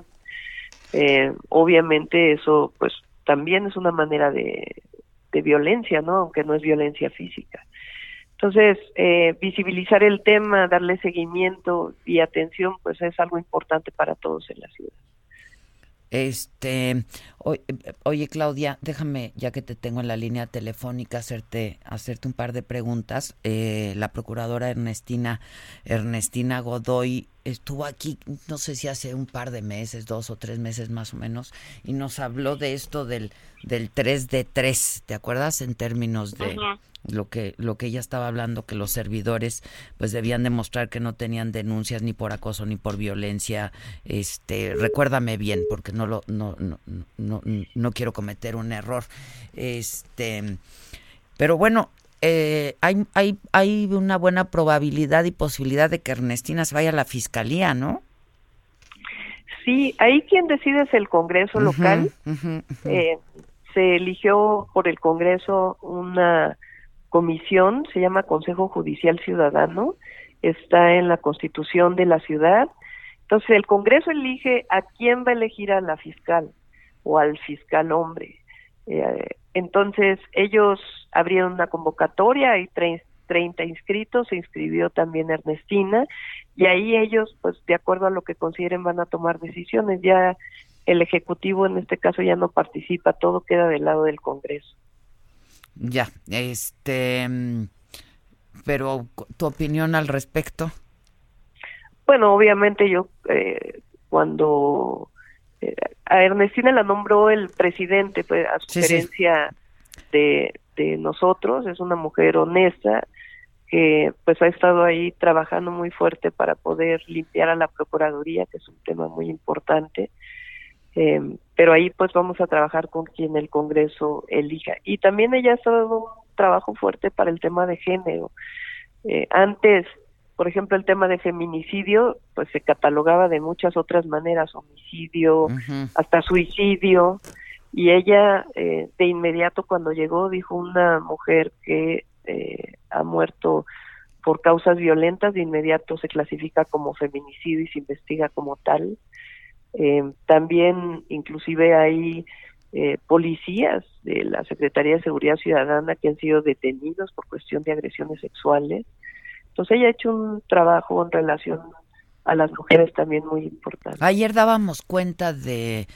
Obviamente eso pues también es una manera de violencia, ¿no? Aunque no es violencia física. Entonces, visibilizar el tema, darle seguimiento y atención, pues es algo importante para todos en la ciudad. Oye, Claudia, déjame, ya que te tengo en la línea telefónica, hacerte un par de preguntas. La procuradora Ernestina Godoy estuvo aquí, no sé si hace un par de meses, 2 o 3 meses más o menos, y nos habló de esto del 3 de 3, ¿te acuerdas? En términos de lo que ella estaba hablando, que los servidores pues debían demostrar que no tenían denuncias ni por acoso ni por violencia. Recuérdame bien, porque no quiero cometer un error. Pero bueno, hay una buena probabilidad y posibilidad de que Ernestina se vaya a la fiscalía, ¿no? Sí, ahí quien decide es el Congreso local. Se eligió por el Congreso una comisión, se llama Consejo Judicial Ciudadano, está en la Constitución de la ciudad. Entonces el Congreso elige a quién va a elegir a la fiscal o al fiscal hombre. Entonces ellos abrieron una convocatoria, hay 30 inscritos, se inscribió también Ernestina, y ahí ellos, pues de acuerdo a lo que consideren, van a tomar decisiones. Ya el Ejecutivo en este caso ya no participa, todo queda del lado del Congreso. Ya, pero ¿tu opinión al respecto? Bueno, obviamente yo cuando a Ernestina la nombró el presidente, pues a sugerencia de nosotros, es una mujer honesta que pues ha estado ahí trabajando muy fuerte para poder limpiar a la Procuraduría, que es un tema muy importante. Pero ahí pues vamos a trabajar con quien el Congreso elija. Y también ella ha estado un trabajo fuerte para el tema de género. Antes, por ejemplo, el tema de feminicidio, pues se catalogaba de muchas otras maneras, homicidio, hasta suicidio, y ella de inmediato cuando llegó dijo: una mujer que ha muerto por causas violentas, de inmediato se clasifica como feminicidio y se investiga como tal. También inclusive hay policías de la Secretaría de Seguridad Ciudadana que han sido detenidos por cuestión de agresiones sexuales. Entonces ella ha hecho un trabajo en relación a las mujeres también muy importante. Ayer dábamos cuenta de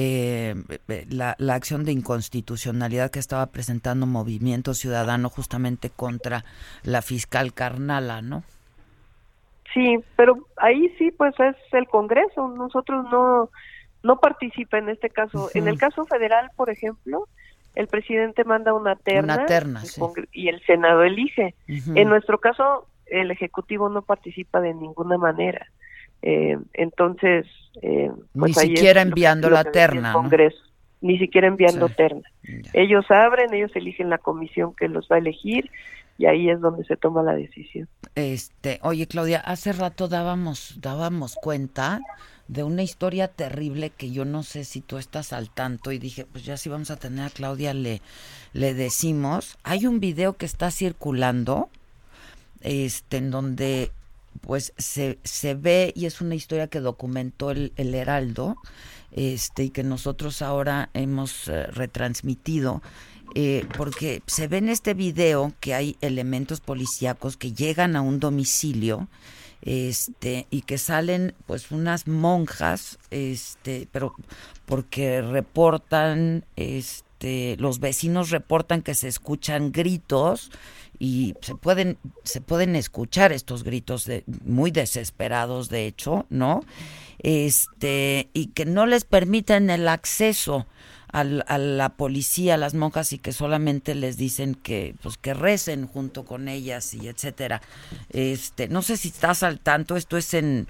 la acción de inconstitucionalidad que estaba presentando Movimiento Ciudadano justamente contra la fiscal Carnala, ¿no? Sí, pero ahí sí, pues es el Congreso. Nosotros no participa en este caso. En el caso federal, por ejemplo, el presidente manda una terna sí. Y el Senado elige. En nuestro caso, el Ejecutivo no participa de ninguna manera. Entonces, pues ni siquiera enviando la terna, ¿no? Ni siquiera enviando sí. terna. Ya. Ellos abren, ellos eligen la comisión que los va a elegir y ahí es donde se toma la decisión. Oye, Claudia, hace rato dábamos cuenta de una historia terrible que yo no sé si tú estás al tanto y dije, pues ya si vamos a tener a Claudia le decimos. Hay un video que está circulando en donde pues se ve, y es una historia que documentó el Heraldo, y que nosotros ahora hemos retransmitido, porque se ve en este video que hay elementos policíacos que llegan a un domicilio, y que salen pues unas monjas, pero porque reportan, los vecinos reportan que se escuchan gritos, y se pueden escuchar estos gritos muy desesperados, de hecho, ¿no? Y que no les permiten el acceso a la policía, a las monjas, y que solamente les dicen que pues que recen junto con ellas y etcétera. No sé si estás al tanto. Esto es en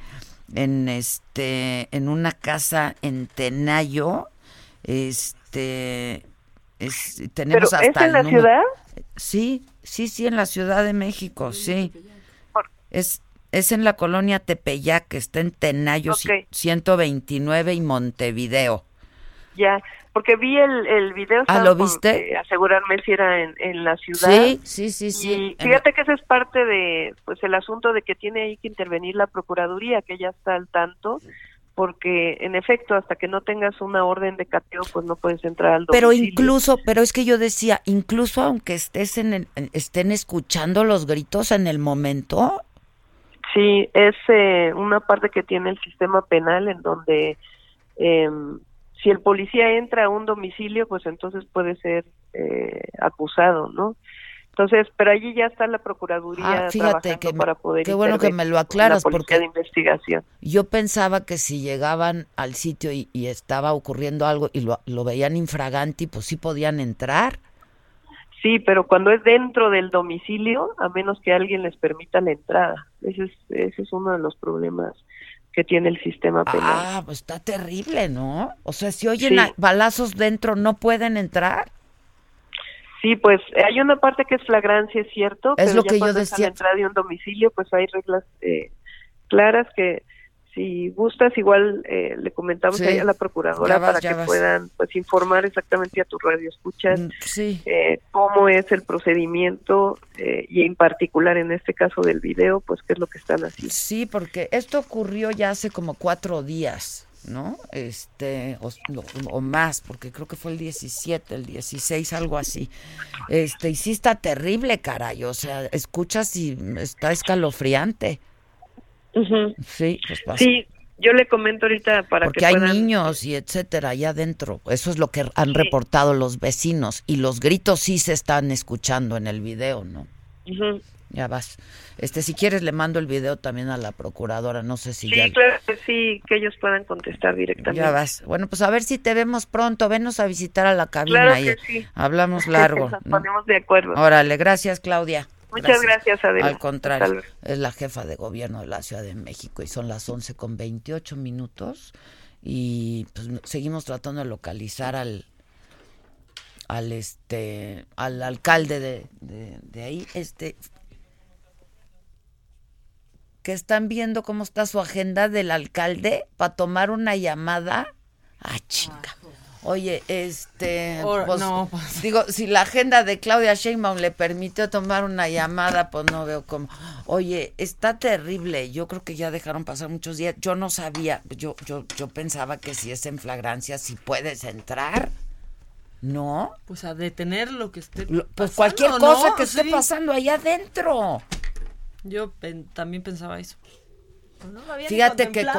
una casa en Tenayo. Tenemos ¿Pero hasta es en la ciudad? Sí, en la Ciudad de México, sí. Es en la colonia Tepeyac, que está en Tenayo, 129 y Montevideo. Ya, porque vi el video. ¿Lo viste? Asegurarme si era en la ciudad. Sí. Y fíjate que ese es parte de, pues, el asunto de que tiene ahí que intervenir la Procuraduría, que ya está al tanto, porque en efecto, hasta que no tengas una orden de cateo, pues no puedes entrar al domicilio. Pero es que yo decía, incluso aunque estén escuchando los gritos en el momento. Sí, es una parte que tiene el sistema penal en donde si el policía entra a un domicilio, pues entonces puede ser acusado, ¿no? Entonces, pero allí ya está la Procuraduría fíjate trabajando para poder qué bueno que me lo aclaras, porque de investigación. Yo pensaba que si llegaban al sitio y estaba ocurriendo algo y lo veían infraganti, pues sí podían entrar. Sí, pero cuando es dentro del domicilio, a menos que alguien les permita la entrada. Ese es uno de los problemas que tiene el sistema penal. Pues está terrible, ¿no? O sea, si oyen balazos dentro, ¿no pueden entrar? Sí, pues hay una parte que es flagrancia, es cierto. Es pero lo ya que yo cuando decía. Es a la entrada de un domicilio, pues hay reglas claras que si gustas, igual le comentamos ahí a la procuradora para que puedan pues informar exactamente a tu radio escuchas cómo es el procedimiento y en particular en este caso del video, pues qué es lo que están haciendo. Sí, porque esto ocurrió ya hace como 4 días, ¿no? O más, porque creo que fue el 17, el 16, algo así. Y sí está terrible, caray, o sea, escuchas y está escalofriante. Uh-huh. Sí, pues pasa. Sí, yo le comento ahorita porque que hay puedan... niños y etcétera allá adentro. Eso es lo que han reportado los vecinos, y los gritos sí se están escuchando en el video, ¿no? Uh-huh. Ya vas. Si quieres le mando el video también a la procuradora, no sé si sí, ya... Sí, claro que sí, que ellos puedan contestar directamente. Ya vas. Bueno, pues a ver si te vemos pronto, venos a visitar a la cabina. Claro ahí. que sí. Hablamos largo. Nos ponemos de acuerdo. Órale, gracias, Claudia. Muchas gracias, Adela. Al contrario, es la jefa de gobierno de la Ciudad de México y son las 11:28 y pues seguimos tratando de localizar al alcalde de ahí, que están viendo cómo está su agenda del alcalde para tomar una llamada. Chinga. Oye, digo, si la agenda de Claudia Sheinbaum le permitió tomar una llamada, pues no veo cómo. Oye, está terrible. Yo creo que ya dejaron pasar muchos días. Yo no sabía, yo pensaba que si es en flagrancia, si puedes entrar, ¿no? Pues a detener lo que esté pasando, pues cualquier cosa que esté pasando allá adentro. Yo también pensaba eso. Pero no lo había Fíjate que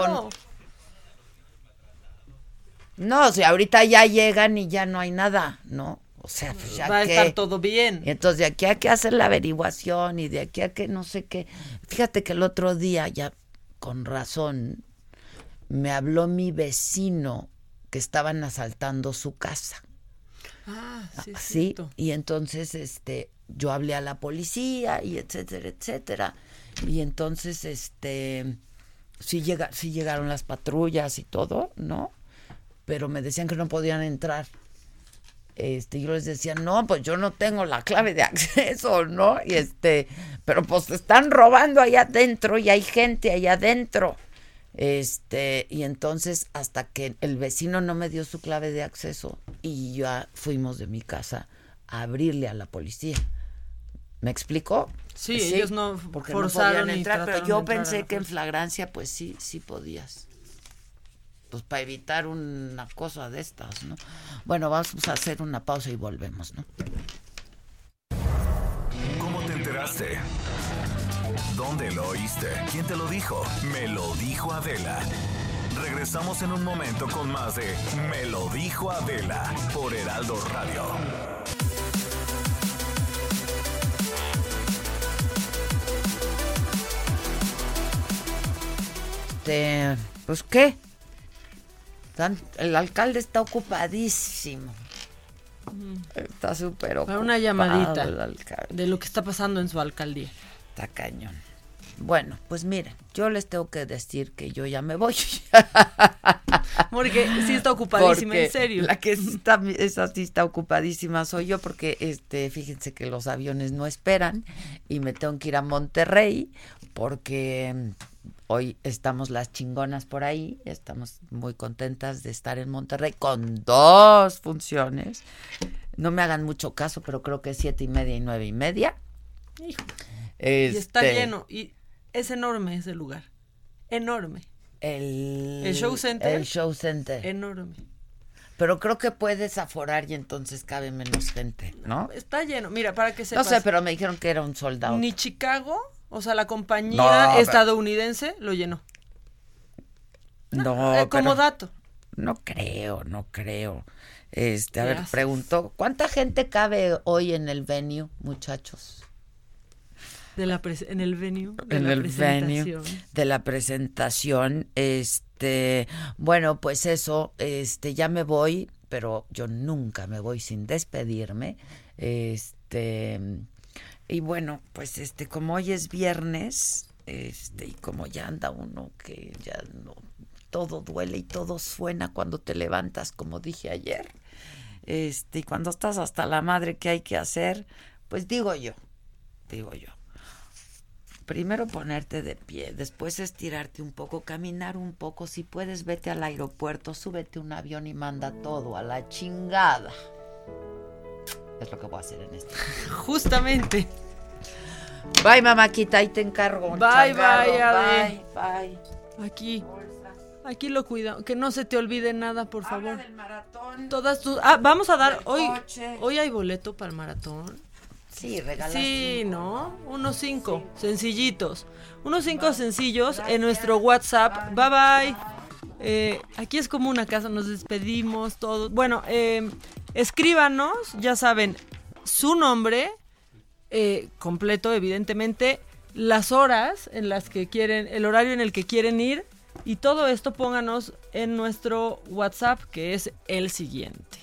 No, o sea, ahorita ya llegan y ya no hay nada, ¿no? O sea, pues ya va a estar todo bien. Y entonces de aquí a que hacer la averiguación y de aquí a que no sé qué. Fíjate que el otro día, ya con razón, me habló mi vecino que estaban asaltando su casa. Sí, y entonces yo hablé a la policía y etcétera, etcétera. Y entonces sí llegaron las patrullas y todo, ¿no? Pero me decían que no podían entrar. Yo les decía, no, pues yo no tengo la clave de acceso, ¿no? Y pero pues están robando allá adentro y hay gente allá adentro. Y entonces hasta que el vecino no me dio su clave de acceso y ya fuimos de mi casa a abrirle a la policía. ¿Me explico? Sí, ellos no porque forzaron, no podían entrar, pero yo pensé que en pues flagrancia pues sí podías. Pues para evitar una cosa de estas, ¿no? Bueno, vamos a hacer una pausa y volvemos, ¿no? ¿Cómo te enteraste? ¿Dónde lo oíste? ¿Quién te lo dijo? Me lo dijo Adela. Regresamos en un momento con más de Me lo dijo Adela por Heraldo Radio. Pues, ¿qué? El alcalde está ocupadísimo. Está súper ocupado. Para una llamadita el alcalde. de lo que está pasando en su alcaldía. Está cañón. Bueno, pues miren, yo les tengo que decir que yo ya me voy. Porque sí está ocupadísima, en serio. La que esa sí está ocupadísima soy yo, porque fíjense que los aviones no esperan y me tengo que ir a Monterrey porque hoy estamos las chingonas por ahí, estamos muy contentas de estar en Monterrey con 2 funciones. No me hagan mucho caso, pero creo que es 7:30 y 9:30. Hijo. Y está lleno, y es enorme ese lugar, enorme. El show center. El show center. Enorme. Pero creo que puedes aforar y entonces cabe menos gente, ¿no? Está lleno, mira, para que sepas. No sé, pero me dijeron que era un sold out. Ni Chicago, o sea, la compañía estadounidense lo llenó. No, como dato. No creo. A ver, preguntó, ¿cuánta gente cabe hoy en el venue, muchachos? En el venue de la presentación. Bueno, pues eso, ya me voy, pero yo nunca me voy sin despedirme. Y bueno, pues como hoy es viernes, y como ya anda uno que ya no, todo duele y todo suena cuando te levantas, como dije ayer. Y cuando estás hasta la madre, ¿qué hay que hacer? Pues digo yo. Primero ponerte de pie, después estirarte un poco, caminar un poco, si puedes vete al aeropuerto, súbete un avión y manda todo a la chingada. Es lo que voy a hacer en este momento. Justamente. Bye, mamáquita, ahí te encargo. Bye. Aquí lo cuido, que no se te olvide nada, por favor. Del maratón. Vamos a dar hoy hay boleto para el maratón. Sí, regalas. Sí, 5. ¿No? Unos 5 sencillitos. Unos 5 sencillos en nuestro WhatsApp. Bye. Aquí es como una casa, nos despedimos todos. Bueno, escríbanos, ya saben, su nombre completo, evidentemente, las horas en las que quieren, el horario en el que quieren ir, y todo esto pónganos en nuestro WhatsApp, que es el siguiente.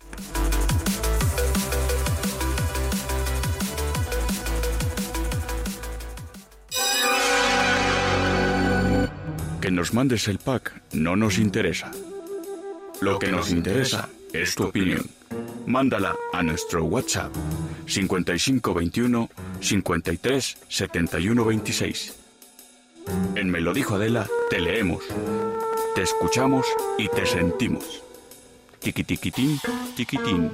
Que nos mandes el pack no nos interesa. Lo que nos interesa es tu opinión. Mándala a nuestro WhatsApp 5521 53 71 26. En Me lo dijo Adela te leemos, te escuchamos y te sentimos. Tiquitiquitín, tiquitín.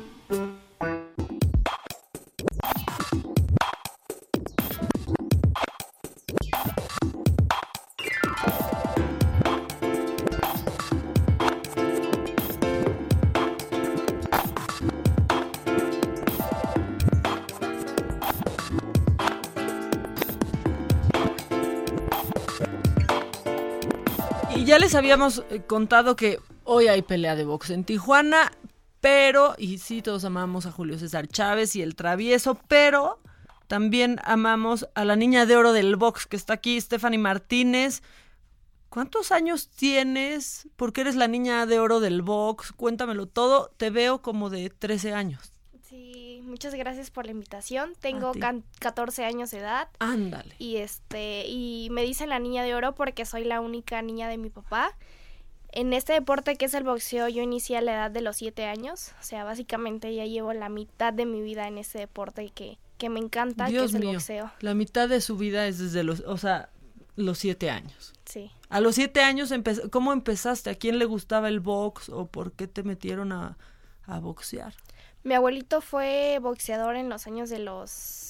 ya les habíamos contado que hoy hay pelea de box en Tijuana, pero, y sí, todos amamos a Julio César Chávez y el Travieso, pero también amamos a la niña de oro del box que está aquí, Stephanie Martínez. ¿Cuántos años tienes? ¿Por qué eres la niña de oro del box? Cuéntamelo todo. Te veo como de 13 años. Sí, muchas gracias por la invitación. Tengo 14 años de edad. Ándale. Y me dicen la niña de oro porque soy la única niña de mi papá. En este deporte que es el boxeo, yo inicié a la edad de los 7 años. O sea, básicamente ya llevo la mitad de mi vida en este deporte que me encanta, Dios que es mío, el boxeo. La mitad de su vida es desde los 7 años. Sí. A los 7 años, ¿cómo empezaste? ¿A quién le gustaba el box o por qué te metieron a boxear? Mi abuelito fue boxeador en los años de los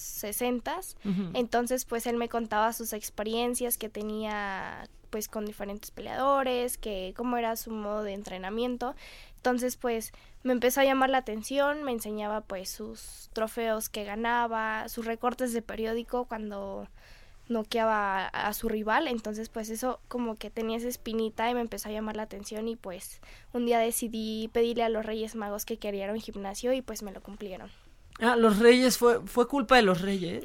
60s, entonces pues él me contaba sus experiencias que tenía pues con diferentes peleadores, que cómo era su modo de entrenamiento. Entonces pues me empezó a llamar la atención, me enseñaba pues sus trofeos que ganaba, sus recortes de periódico cuando noqueaba a su rival, entonces pues eso como que tenía esa espinita y me empezó a llamar la atención y pues un día decidí pedirle a los Reyes Magos que quería un gimnasio y pues me lo cumplieron. Los Reyes, fue culpa de los Reyes.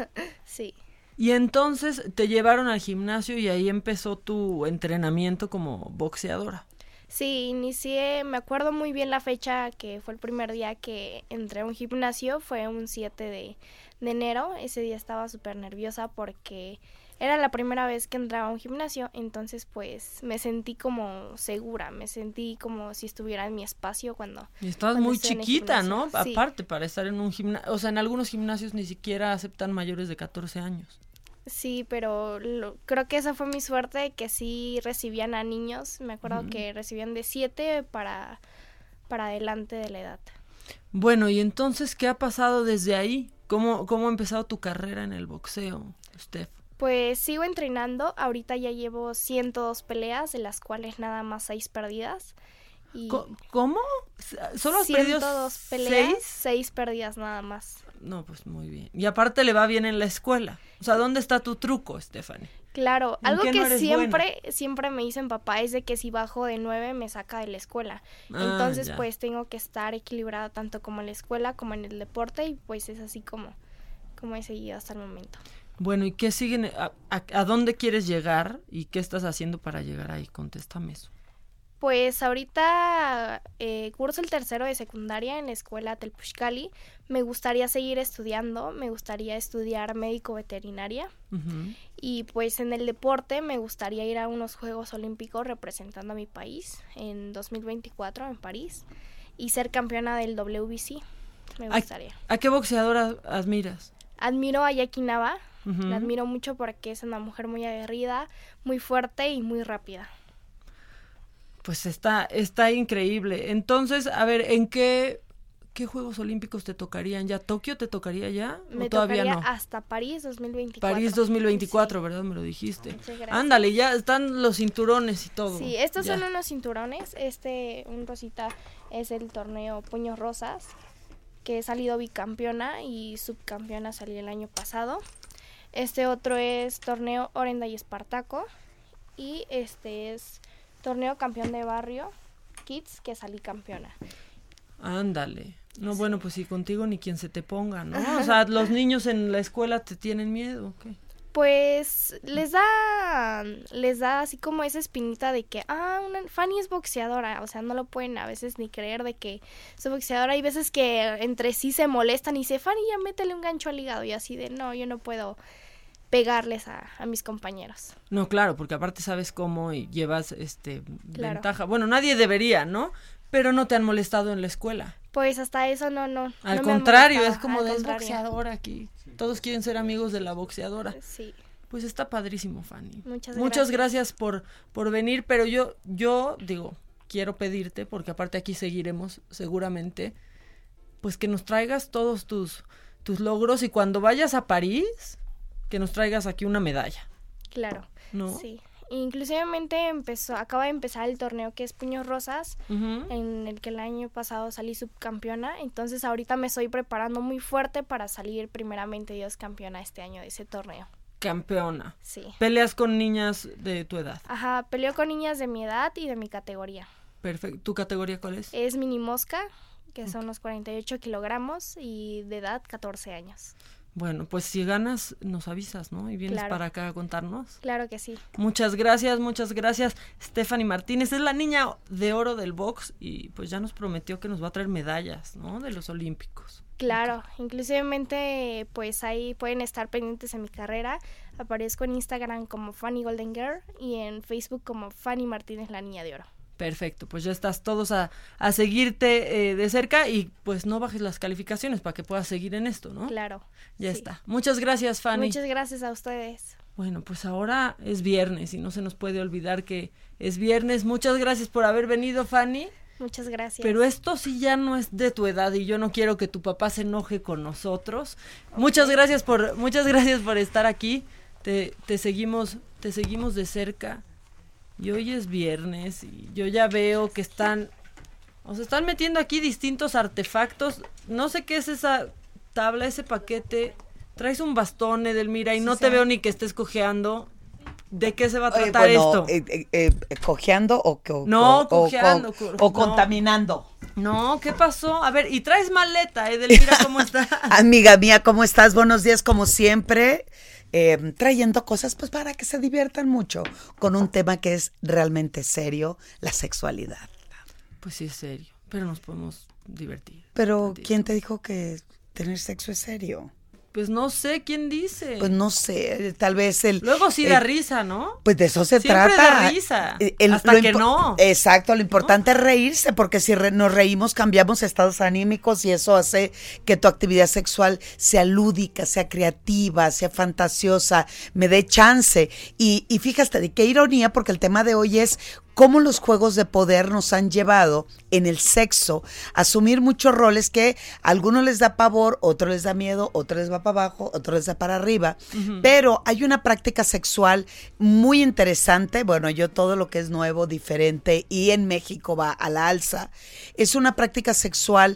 Sí. Y entonces te llevaron al gimnasio y ahí empezó tu entrenamiento como boxeadora. Sí, me acuerdo muy bien la fecha que fue el primer día que entré a un gimnasio, fue un 7 de enero. Ese día estaba súper nerviosa porque era la primera vez que entraba a un gimnasio, entonces pues me sentí como segura, me sentí como si estuviera en mi espacio cuando... Y estabas muy chiquita, ¿no? Sí. Aparte, para estar en un gimnasio, o sea, en algunos gimnasios ni siquiera aceptan mayores de 14 años. Sí, pero creo que esa fue mi suerte, que sí recibían a niños, me acuerdo que recibían de 7 para adelante de la edad. Bueno, y entonces, ¿qué ha pasado desde ahí? ¿Cómo ha empezado tu carrera en el boxeo, Steph? Pues sigo entrenando, ahorita ya llevo 102 peleas, de las cuales nada más 6 perdidas. Y ¿Cómo? ¿Solo has perdido 102 peleas, 6 perdidas nada más. No, pues muy bien. Y aparte le va bien en la escuela. O sea, ¿dónde está tu truco, Stephanie? Claro, algo que siempre me dice mi papá es de que si bajo de 9 me saca de la escuela. Entonces, pues tengo que estar equilibrada tanto como en la escuela como en el deporte y pues es así como he seguido hasta el momento. Bueno, ¿y qué siguen? ¿A dónde quieres llegar? ¿Y qué estás haciendo para llegar ahí? Contéstame eso. Pues ahorita curso el 3º de secundaria en la escuela Telpuxcali. Me gustaría seguir estudiando, me gustaría estudiar médico veterinaria. Y pues en el deporte me gustaría ir a unos Juegos Olímpicos representando a mi país en 2024 en París y ser campeona del WBC. Me gustaría. ¿A qué boxeadora admiras? Admiro a Jackie Nava, la admiro mucho porque es una mujer muy aguerrida, muy fuerte y muy rápida. Pues está increíble. Entonces, a ver, ¿en qué Juegos Olímpicos te tocarían ya? ¿Tokio te tocaría ya? Me todavía tocaría no? hasta París 2024. París 2024, sí. ¿Verdad? Me lo dijiste. Ándale, ya están los cinturones y todo. Sí, estos son unos cinturones. Un rosita es el torneo Puños Rosas, que he salido bicampeona y subcampeona salí el año pasado. Este otro es torneo Orenda y Espartaco y este es torneo campeón de barrio Kids, que salí campeona. Ándale. No, sí. Bueno, pues si contigo ni quien se te ponga, ¿no? O sea, los niños en la escuela te tienen miedo, ¿o qué? Pues les da así como esa espinita de que, Fanny es boxeadora, o sea, no lo pueden a veces ni creer de que soy boxeadora. Hay veces que entre sí se molestan y dice, Fanny, ya métele un gancho al hígado, y así de, no, yo no puedo pegarles a mis compañeros. No, claro, porque aparte sabes cómo y llevas ventaja. Bueno, nadie debería, ¿no? Pero no te han molestado en la escuela. Pues hasta eso no. Al contrario, es como de boxeadora aquí. Sí. Todos quieren ser amigos de la boxeadora. Sí. Pues está padrísimo, Fanny. Muchas gracias por venir, pero yo digo, quiero pedirte, porque aparte aquí seguiremos seguramente, pues que nos traigas todos tus logros y cuando vayas a París, que nos traigas aquí una medalla. Claro, ¿no? Sí. Inclusivemente acaba de empezar el torneo que es Puños Rosas, en el que el año pasado salí subcampeona, entonces ahorita me estoy preparando muy fuerte para salir primeramente Dios campeona este año de ese torneo. campeona. Sí. Peleas con niñas de tu edad. Ajá, peleo con niñas de mi edad y de mi categoría. Perfecto. ¿Tu categoría cuál es? Es mini mosca, que son los 48 kilogramos y de edad 14 años. Bueno, pues si ganas, nos avisas, ¿no? Y vienes Claro. para acá a contarnos. Claro que sí. Muchas gracias, Stephanie Martínez. Es la niña de oro del box y pues ya nos prometió que nos va a traer medallas, ¿no? De los olímpicos. Claro, inclusivemente pues ahí pueden estar pendientes en mi carrera. Aparezco en Instagram como Fanny Golden Girl y en Facebook como Fanny Martínez, la niña de oro. Perfecto, pues ya estás todos a seguirte de cerca y pues no bajes las calificaciones para que puedas seguir en esto, ¿no? Claro. Ya está. Muchas gracias, Fanny. Muchas gracias a ustedes. Bueno, pues ahora es viernes y no se nos puede olvidar que es viernes. Muchas gracias por haber venido, Fanny. Muchas gracias. Pero esto sí ya no es de tu edad y yo no quiero que tu papá se enoje con nosotros. Okay. Muchas gracias por estar aquí. Te seguimos de cerca. Y hoy es viernes y yo ya veo que están metiendo aquí distintos artefactos. No sé qué es esa tabla, ese paquete. Traes un bastón, Edelmira, y sí, no te veo ni que estés cojeando. ¿De qué se va a tratar esto? ¿Cojeando o cojeando o contaminando? No, ¿qué pasó? A ver, y traes maleta, Edelmira, ¿cómo está? Amiga mía, ¿cómo estás? Buenos días, como siempre. Trayendo cosas pues para que se diviertan mucho con un tema que es realmente serio, la sexualidad. Pues sí es serio, pero nos podemos divertir. Pero ¿quién te dijo que tener sexo es serio? Pues no sé, ¿quién dice? Pues no sé, tal vez Luego sí da risa, ¿no? Pues de eso se Siempre trata. Da risa, hasta que no. Exacto, lo importante es reírse, porque si nos reímos cambiamos estados anímicos y eso hace que tu actividad sexual sea lúdica, sea creativa, sea fantasiosa, me dé chance. Y fíjate, de qué ironía, porque el tema de hoy es cómo los juegos de poder nos han llevado en el sexo a asumir muchos roles que a algunos les da pavor, otros les da miedo, otros les va para abajo, otros les da para arriba. Uh-huh. Pero hay una práctica sexual muy interesante, bueno, yo todo lo que es nuevo, diferente y en México va a la alza, es una práctica sexual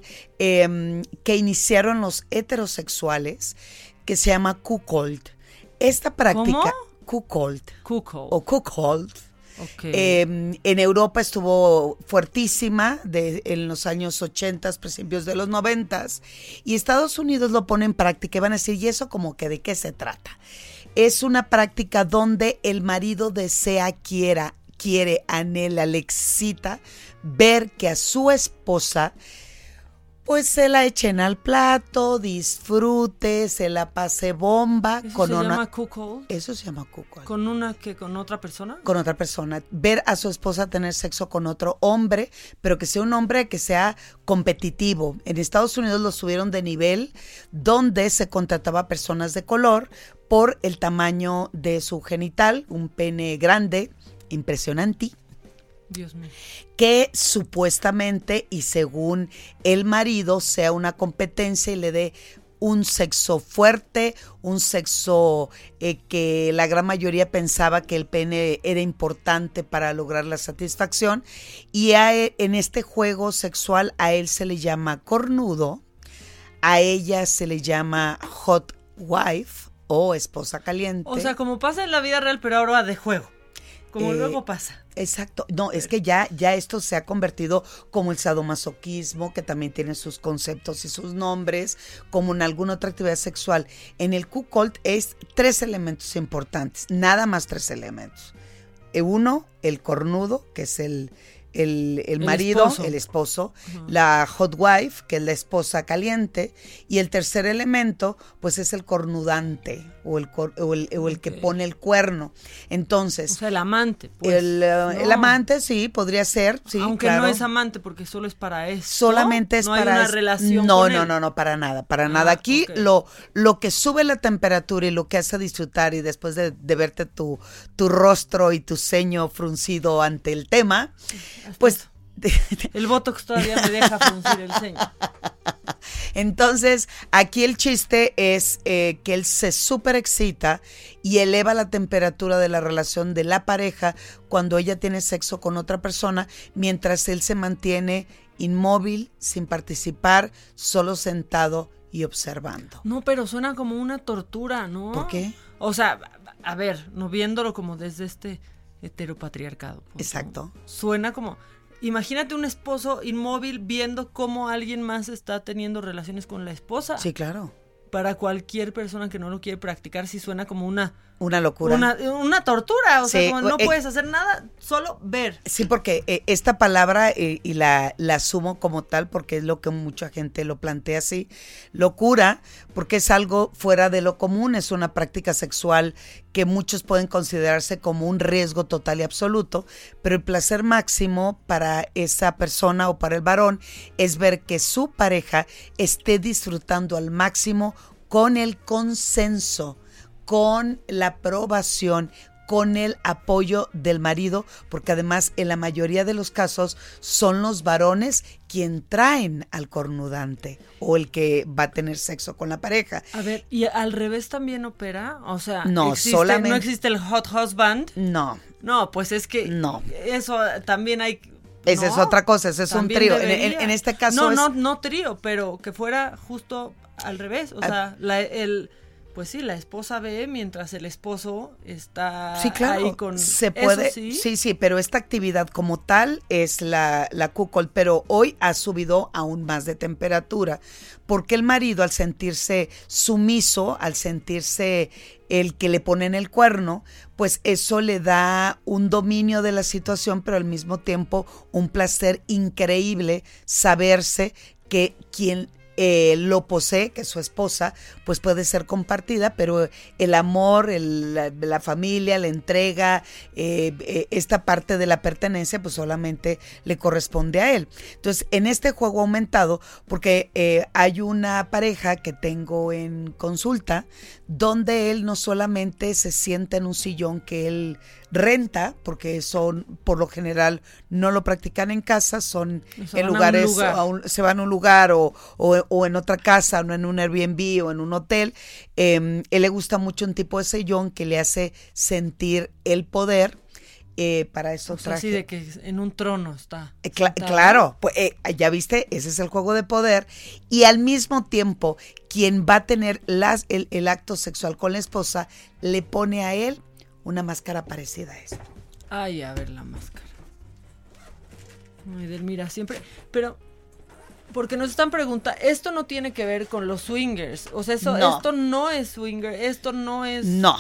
que iniciaron los heterosexuales que se llama cuckold. Esta práctica, cuckold o cuckold. Okay. En Europa estuvo fuertísima en los años 80, principios de los 90, y Estados Unidos lo pone en práctica y van a decir, ¿y eso como que de qué se trata? Es una práctica donde el marido desea, quiere, anhela, le excita ver que a su esposa pues se la echen al plato, disfrute, se la pase bomba. ¿Eso se llama cuckold? Eso se llama cuckold. ¿Con otra persona? Con otra persona. Ver a su esposa tener sexo con otro hombre, pero que sea un hombre que sea competitivo. En Estados Unidos lo subieron de nivel, donde se contrataba a personas de color por el tamaño de su genital, un pene grande, impresionante. Dios mío. Que supuestamente y según el marido sea una competencia y le dé un sexo fuerte, un sexo que la gran mayoría pensaba que el pene era importante para lograr la satisfacción, y en este juego sexual a él se le llama cornudo, a ella se le llama hot wife o esposa caliente. O sea, como pasa en la vida real, pero ahora de juego. Como luego pasa. Exacto. No, es que ya esto se ha convertido como el sadomasoquismo, que también tiene sus conceptos y sus nombres, como en alguna otra actividad sexual. En el cuckold es 3 elementos importantes, nada más 3 elementos. Uno, el cornudo, que es el marido, el esposo, uh-huh. La hot wife, que es la esposa caliente, y el tercer elemento, pues es el cornudante o el que pone el cuerno. Entonces, o sea, el amante, pues. El amante, sí, podría ser, sí, aunque claro. No es amante, porque solo es para eso. Solamente es no para hay una relación no, con no, él. no, para nada. Aquí lo que sube la temperatura y lo que hace disfrutar, y después de verte tu rostro y tu ceño fruncido ante el tema, pues el botox todavía me deja fruncir el ceño. Entonces, aquí el chiste es que él se súper excita y eleva la temperatura de la relación de la pareja cuando ella tiene sexo con otra persona, mientras él se mantiene inmóvil, sin participar, solo sentado y observando. No, pero suena como una tortura, ¿no? ¿Por qué? O sea, a ver, no viéndolo como desde este heteropatriarcado. Pues, exacto. ¿no? Suena como... Imagínate un esposo inmóvil viendo cómo alguien más está teniendo relaciones con la esposa. Sí, claro. Para cualquier persona que no lo quiere practicar, sí suena como una locura. Una tortura, o sí, sea, como no puedes hacer nada, solo ver. Sí, porque esta palabra, y la asumo como tal, porque es lo que mucha gente lo plantea así, locura, porque es algo fuera de lo común, es una práctica sexual que muchos pueden considerarse como un riesgo total y absoluto, pero el placer máximo para esa persona o para el varón es ver que su pareja esté disfrutando al máximo con el consenso, con la aprobación, con el apoyo del marido, porque además en la mayoría de los casos son los varones quien traen al cornudante o el que va a tener sexo con la pareja. A ver, ¿y al revés también opera? O sea, no, solamente... ¿no existe el hot husband? No. No, pues es que no. Eso también hay... Esa es otra cosa, ese es un trío. En este caso no trío, pero que fuera justo al revés. O sea, pues sí, la esposa ve mientras el esposo está ahí con... Se puede, eso sí, pero esta actividad como tal es la cuckold, pero hoy ha subido aún más de temperatura, porque el marido al sentirse sumiso, al sentirse el que le ponen el cuerno, pues eso le da un dominio de la situación, pero al mismo tiempo un placer increíble saberse que quien lo posee, que su esposa, pues puede ser compartida, pero el amor, la familia, la entrega, esta parte de la pertenencia, pues solamente le corresponde a él. Entonces, en este juego aumentado, porque hay una pareja que tengo en consulta, donde él no solamente se sienta en un sillón que él renta, porque son, por lo general, no lo practican en casa, son en lugares, se van a un lugar o en otra casa, o en un Airbnb o en un hotel. Él le gusta mucho un tipo de sillón que le hace sentir el poder. Para eso traje. Así de que en un trono está. Claro, pues ya viste, ese es el juego de poder. Y al mismo tiempo, quien va a tener el acto sexual con la esposa, le pone a él una máscara parecida a esta. Ay, a ver la máscara. Ay, mira, siempre. Pero, porque nos están preguntando, esto no tiene que ver con los swingers. O sea, esto no es swinger, esto no es. No.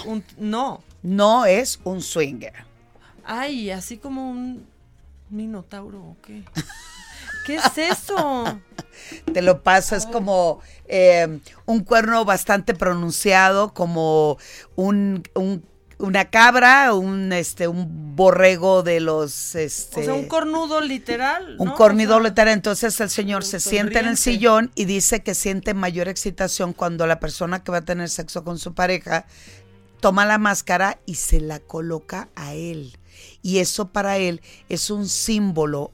No es un swinger. Ay, así como un minotauro, ¿o qué? ¿Qué es eso? Te lo paso, es como un cuerno bastante pronunciado, como una cabra, un borrego de los... O sea, un cornudo literal, ¿no? Un cornudo literal. Entonces el señor se sienta en el sillón y dice que siente mayor excitación cuando la persona que va a tener sexo con su pareja toma la máscara y se la coloca a él. Y eso para él es un símbolo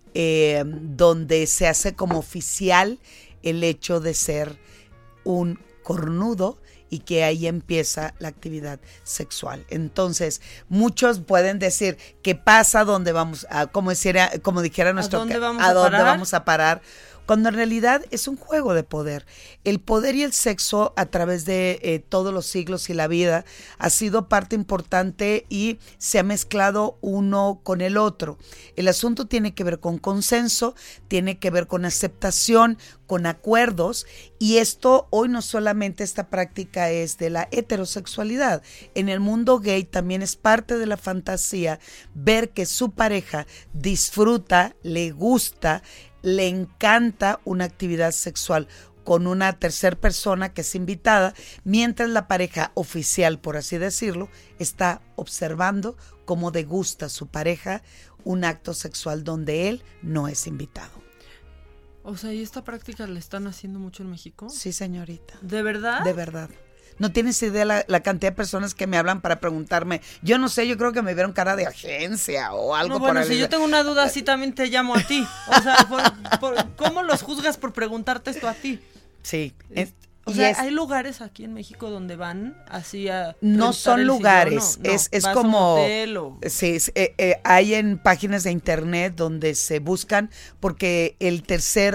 donde se hace como oficial el hecho de ser un cornudo y que ahí empieza la actividad sexual. Entonces, muchos pueden decir, ¿qué pasa? ¿Dónde vamos a, como dijera nuestro, ¿a dónde vamos a parar? Cuando en realidad es un juego de poder. El poder y el sexo a través de todos los siglos y la vida ha sido parte importante y se ha mezclado uno con el otro. El asunto tiene que ver con consenso, tiene que ver con aceptación, con acuerdos, y esto hoy no solamente esta práctica es de la heterosexualidad. En el mundo gay también es parte de la fantasía ver que su pareja disfruta, le gusta, le encanta una actividad sexual con una tercera persona que es invitada, mientras la pareja oficial, por así decirlo, está observando cómo degusta su pareja un acto sexual donde él no es invitado. O sea, ¿y esta práctica la están haciendo mucho en México? Sí, señorita. ¿De verdad? De verdad. No tienes idea la cantidad de personas que me hablan para preguntarme. Yo no sé, yo creo que me vieron cara de agencia o algo. No, bueno, si yo tengo una duda así también te llamo a ti. O sea, ¿cómo los juzgas por preguntarte esto a ti? Sí. O sea, hay lugares aquí en México donde van así a... No son lugares, es como... Sí, hay en páginas de internet donde se buscan, porque el tercer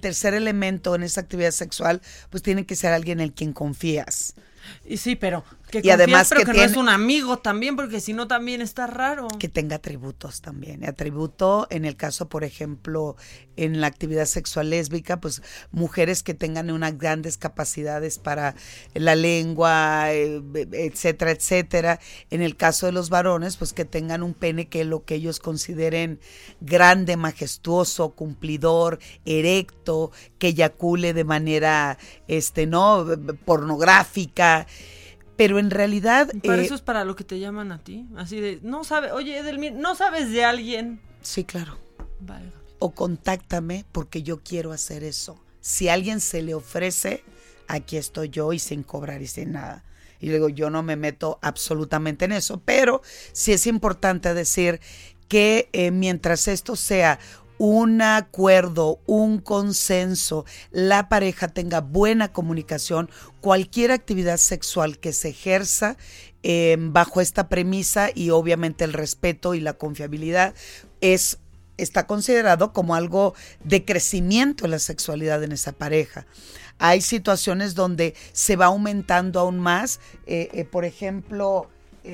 elemento en esa actividad sexual, pues tiene que ser alguien en quien confías. Y sí, pero y además pero que no es un amigo también, porque si no también está raro. Que tenga atributos también. Atributo en el caso, por ejemplo, en la actividad sexual lésbica, pues mujeres que tengan unas grandes capacidades para la lengua, etcétera, etcétera. En el caso de los varones, pues que tengan un pene que lo que ellos consideren grande, majestuoso, cumplidor, erecto, que eyacule de manera, ¿no? Pornográfica. Pero en realidad... Para eso es para lo que te llaman a ti, así de, no sabes, oye Edelmira, ¿no sabes de alguien? Sí, claro. Vale. O contáctame porque yo quiero hacer eso. Si a alguien se le ofrece, aquí estoy yo y sin cobrar y sin nada. Y luego yo no me meto absolutamente en eso, pero sí es importante decir que mientras esto sea un acuerdo, un consenso, la pareja tenga buena comunicación, cualquier actividad sexual que se ejerza bajo esta premisa y obviamente el respeto y la confiabilidad está considerado como algo de crecimiento en la sexualidad en esa pareja. Hay situaciones donde se va aumentando aún más, por ejemplo...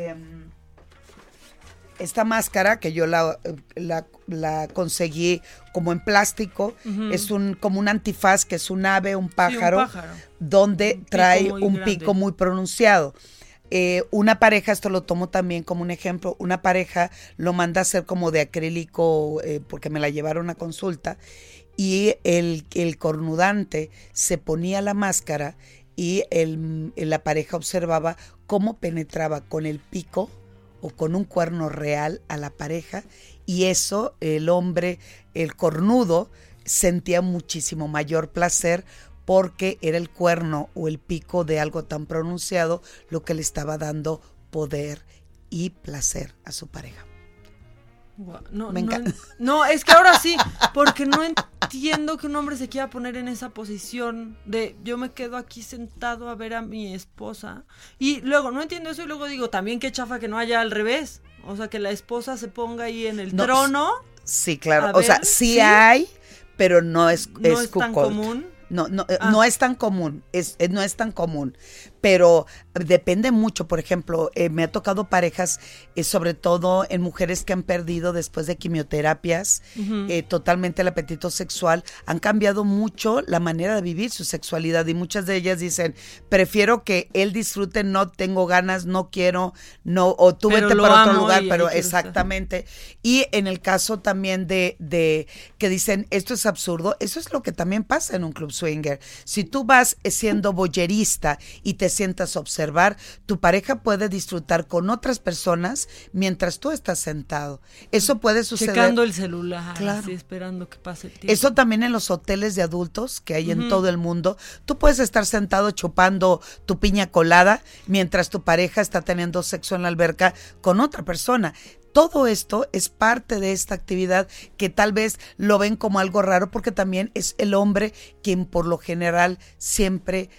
esta máscara que yo la conseguí como en plástico, es como un antifaz que es un ave, un pájaro, donde trae un pico muy pronunciado. Una pareja, esto lo tomo también como un ejemplo, una pareja lo manda a hacer como de acrílico porque me la llevaron a consulta y el cornudante se ponía la máscara y la pareja observaba cómo penetraba con el pico o con un cuerno real a la pareja y eso el hombre, el cornudo, sentía muchísimo mayor placer porque era el cuerno o el pico de algo tan pronunciado lo que le estaba dando poder y placer a su pareja. No, es que ahora sí, porque no entiendo que un hombre se quiera poner en esa posición de yo me quedo aquí sentado a ver a mi esposa y luego no entiendo eso y luego digo también qué chafa que no haya al revés, o sea que la esposa se ponga ahí en el trono. Sí, claro, o sea, sí hay, pero no es tan común. No es tan común, no es tan común, pero depende mucho. Por ejemplo, me ha tocado parejas, sobre todo en mujeres que han perdido después de quimioterapias, totalmente el apetito sexual, han cambiado mucho la manera de vivir su sexualidad y muchas de ellas dicen, prefiero que él disfrute, no tengo ganas, no quiero, no, o tú vete para otro lugar, pero exactamente. Y en el caso también de que dicen, esto es absurdo, eso es lo que también pasa en un club swinger. Si tú vas siendo voyerista y te sientas a observar, tu pareja puede disfrutar con otras personas mientras tú estás sentado. Eso puede suceder. Checando el celular, claro. Así, esperando que pase el tiempo. Eso también en los hoteles de adultos que hay en todo el mundo. Tú puedes estar sentado chupando tu piña colada mientras tu pareja está teniendo sexo en la alberca con otra persona. Todo esto es parte de esta actividad que tal vez lo ven como algo raro porque también es el hombre quien por lo general siempre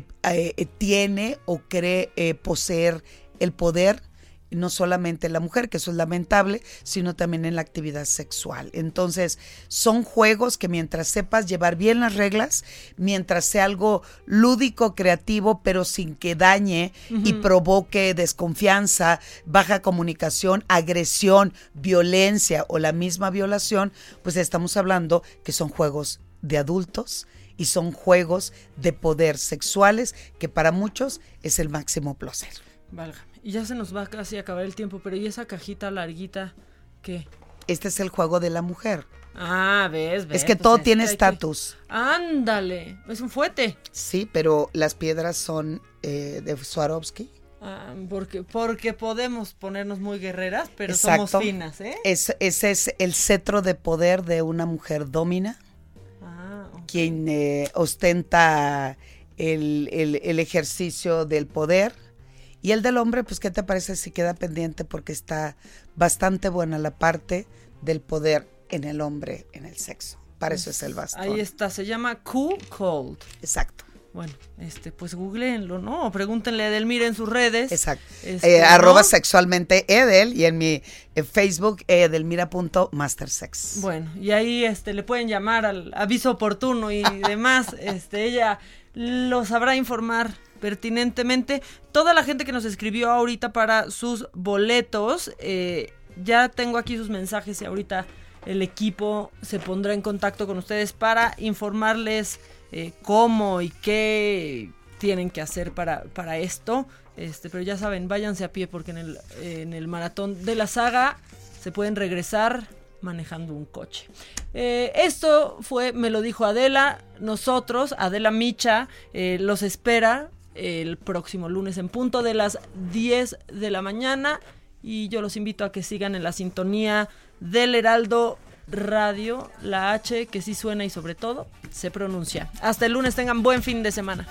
tiene o cree poseer el poder, no solamente la mujer, que eso es lamentable, sino también en la actividad sexual. Entonces, son juegos que mientras sepas llevar bien las reglas, mientras sea algo lúdico, creativo, pero sin que dañe y provoque desconfianza, baja comunicación, agresión, violencia o la misma violación, pues estamos hablando que son juegos de adultos y son juegos de poder sexuales que para muchos es el máximo placer. Válgame. Y ya se nos va casi a acabar el tiempo, pero ¿y esa cajita larguita qué? Este es el juego de la mujer. Ah, ves. Es que pues todo tiene estatus. Ándale, es un fuete. Sí, pero las piedras son de Swarovski. Ah, porque podemos ponernos muy guerreras, pero exacto. Somos finas, ¿eh? Ese es el cetro de poder de una mujer dómina, okay. Quien ostenta el ejercicio del poder. Y el del hombre, pues, ¿qué te parece si queda pendiente? Porque está bastante buena la parte del poder en el hombre, en el sexo. Para eso es el bastón. Ahí está, se llama Cold. Exacto. Bueno, pues googleenlo, ¿no? O pregúntenle a Edelmira en sus redes. Exacto. ¿no? @sexualmente Edel y en mi Facebook edelmira.mastersex. Bueno, y ahí le pueden llamar al aviso oportuno y demás. Ella lo sabrá informar pertinentemente. Toda la gente que nos escribió ahorita para sus boletos, ya tengo aquí sus mensajes y ahorita el equipo se pondrá en contacto con ustedes para informarles cómo y qué tienen que hacer para esto. Pero ya saben, váyanse a pie porque en el maratón de la saga se pueden regresar manejando un coche. Esto fue Me lo dijo Adela. Nosotros, Adela Micha, los espera el próximo lunes en punto de las 10 de la mañana. Y yo los invito a que sigan en la sintonía del Heraldo Radio, la H que sí suena y sobre todo se pronuncia. Hasta el lunes, tengan buen fin de semana.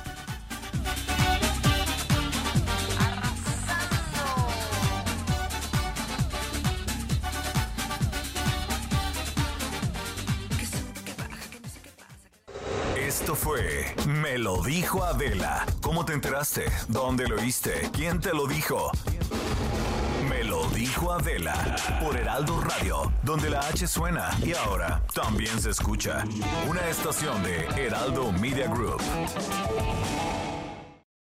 Esto fue Me lo dijo Adela. ¿Cómo te enteraste? ¿Dónde lo oíste? ¿Quién te lo dijo? Me lo dijo Adela por Heraldo Radio, donde la H suena y ahora también se escucha. Una estación de Heraldo Media Group.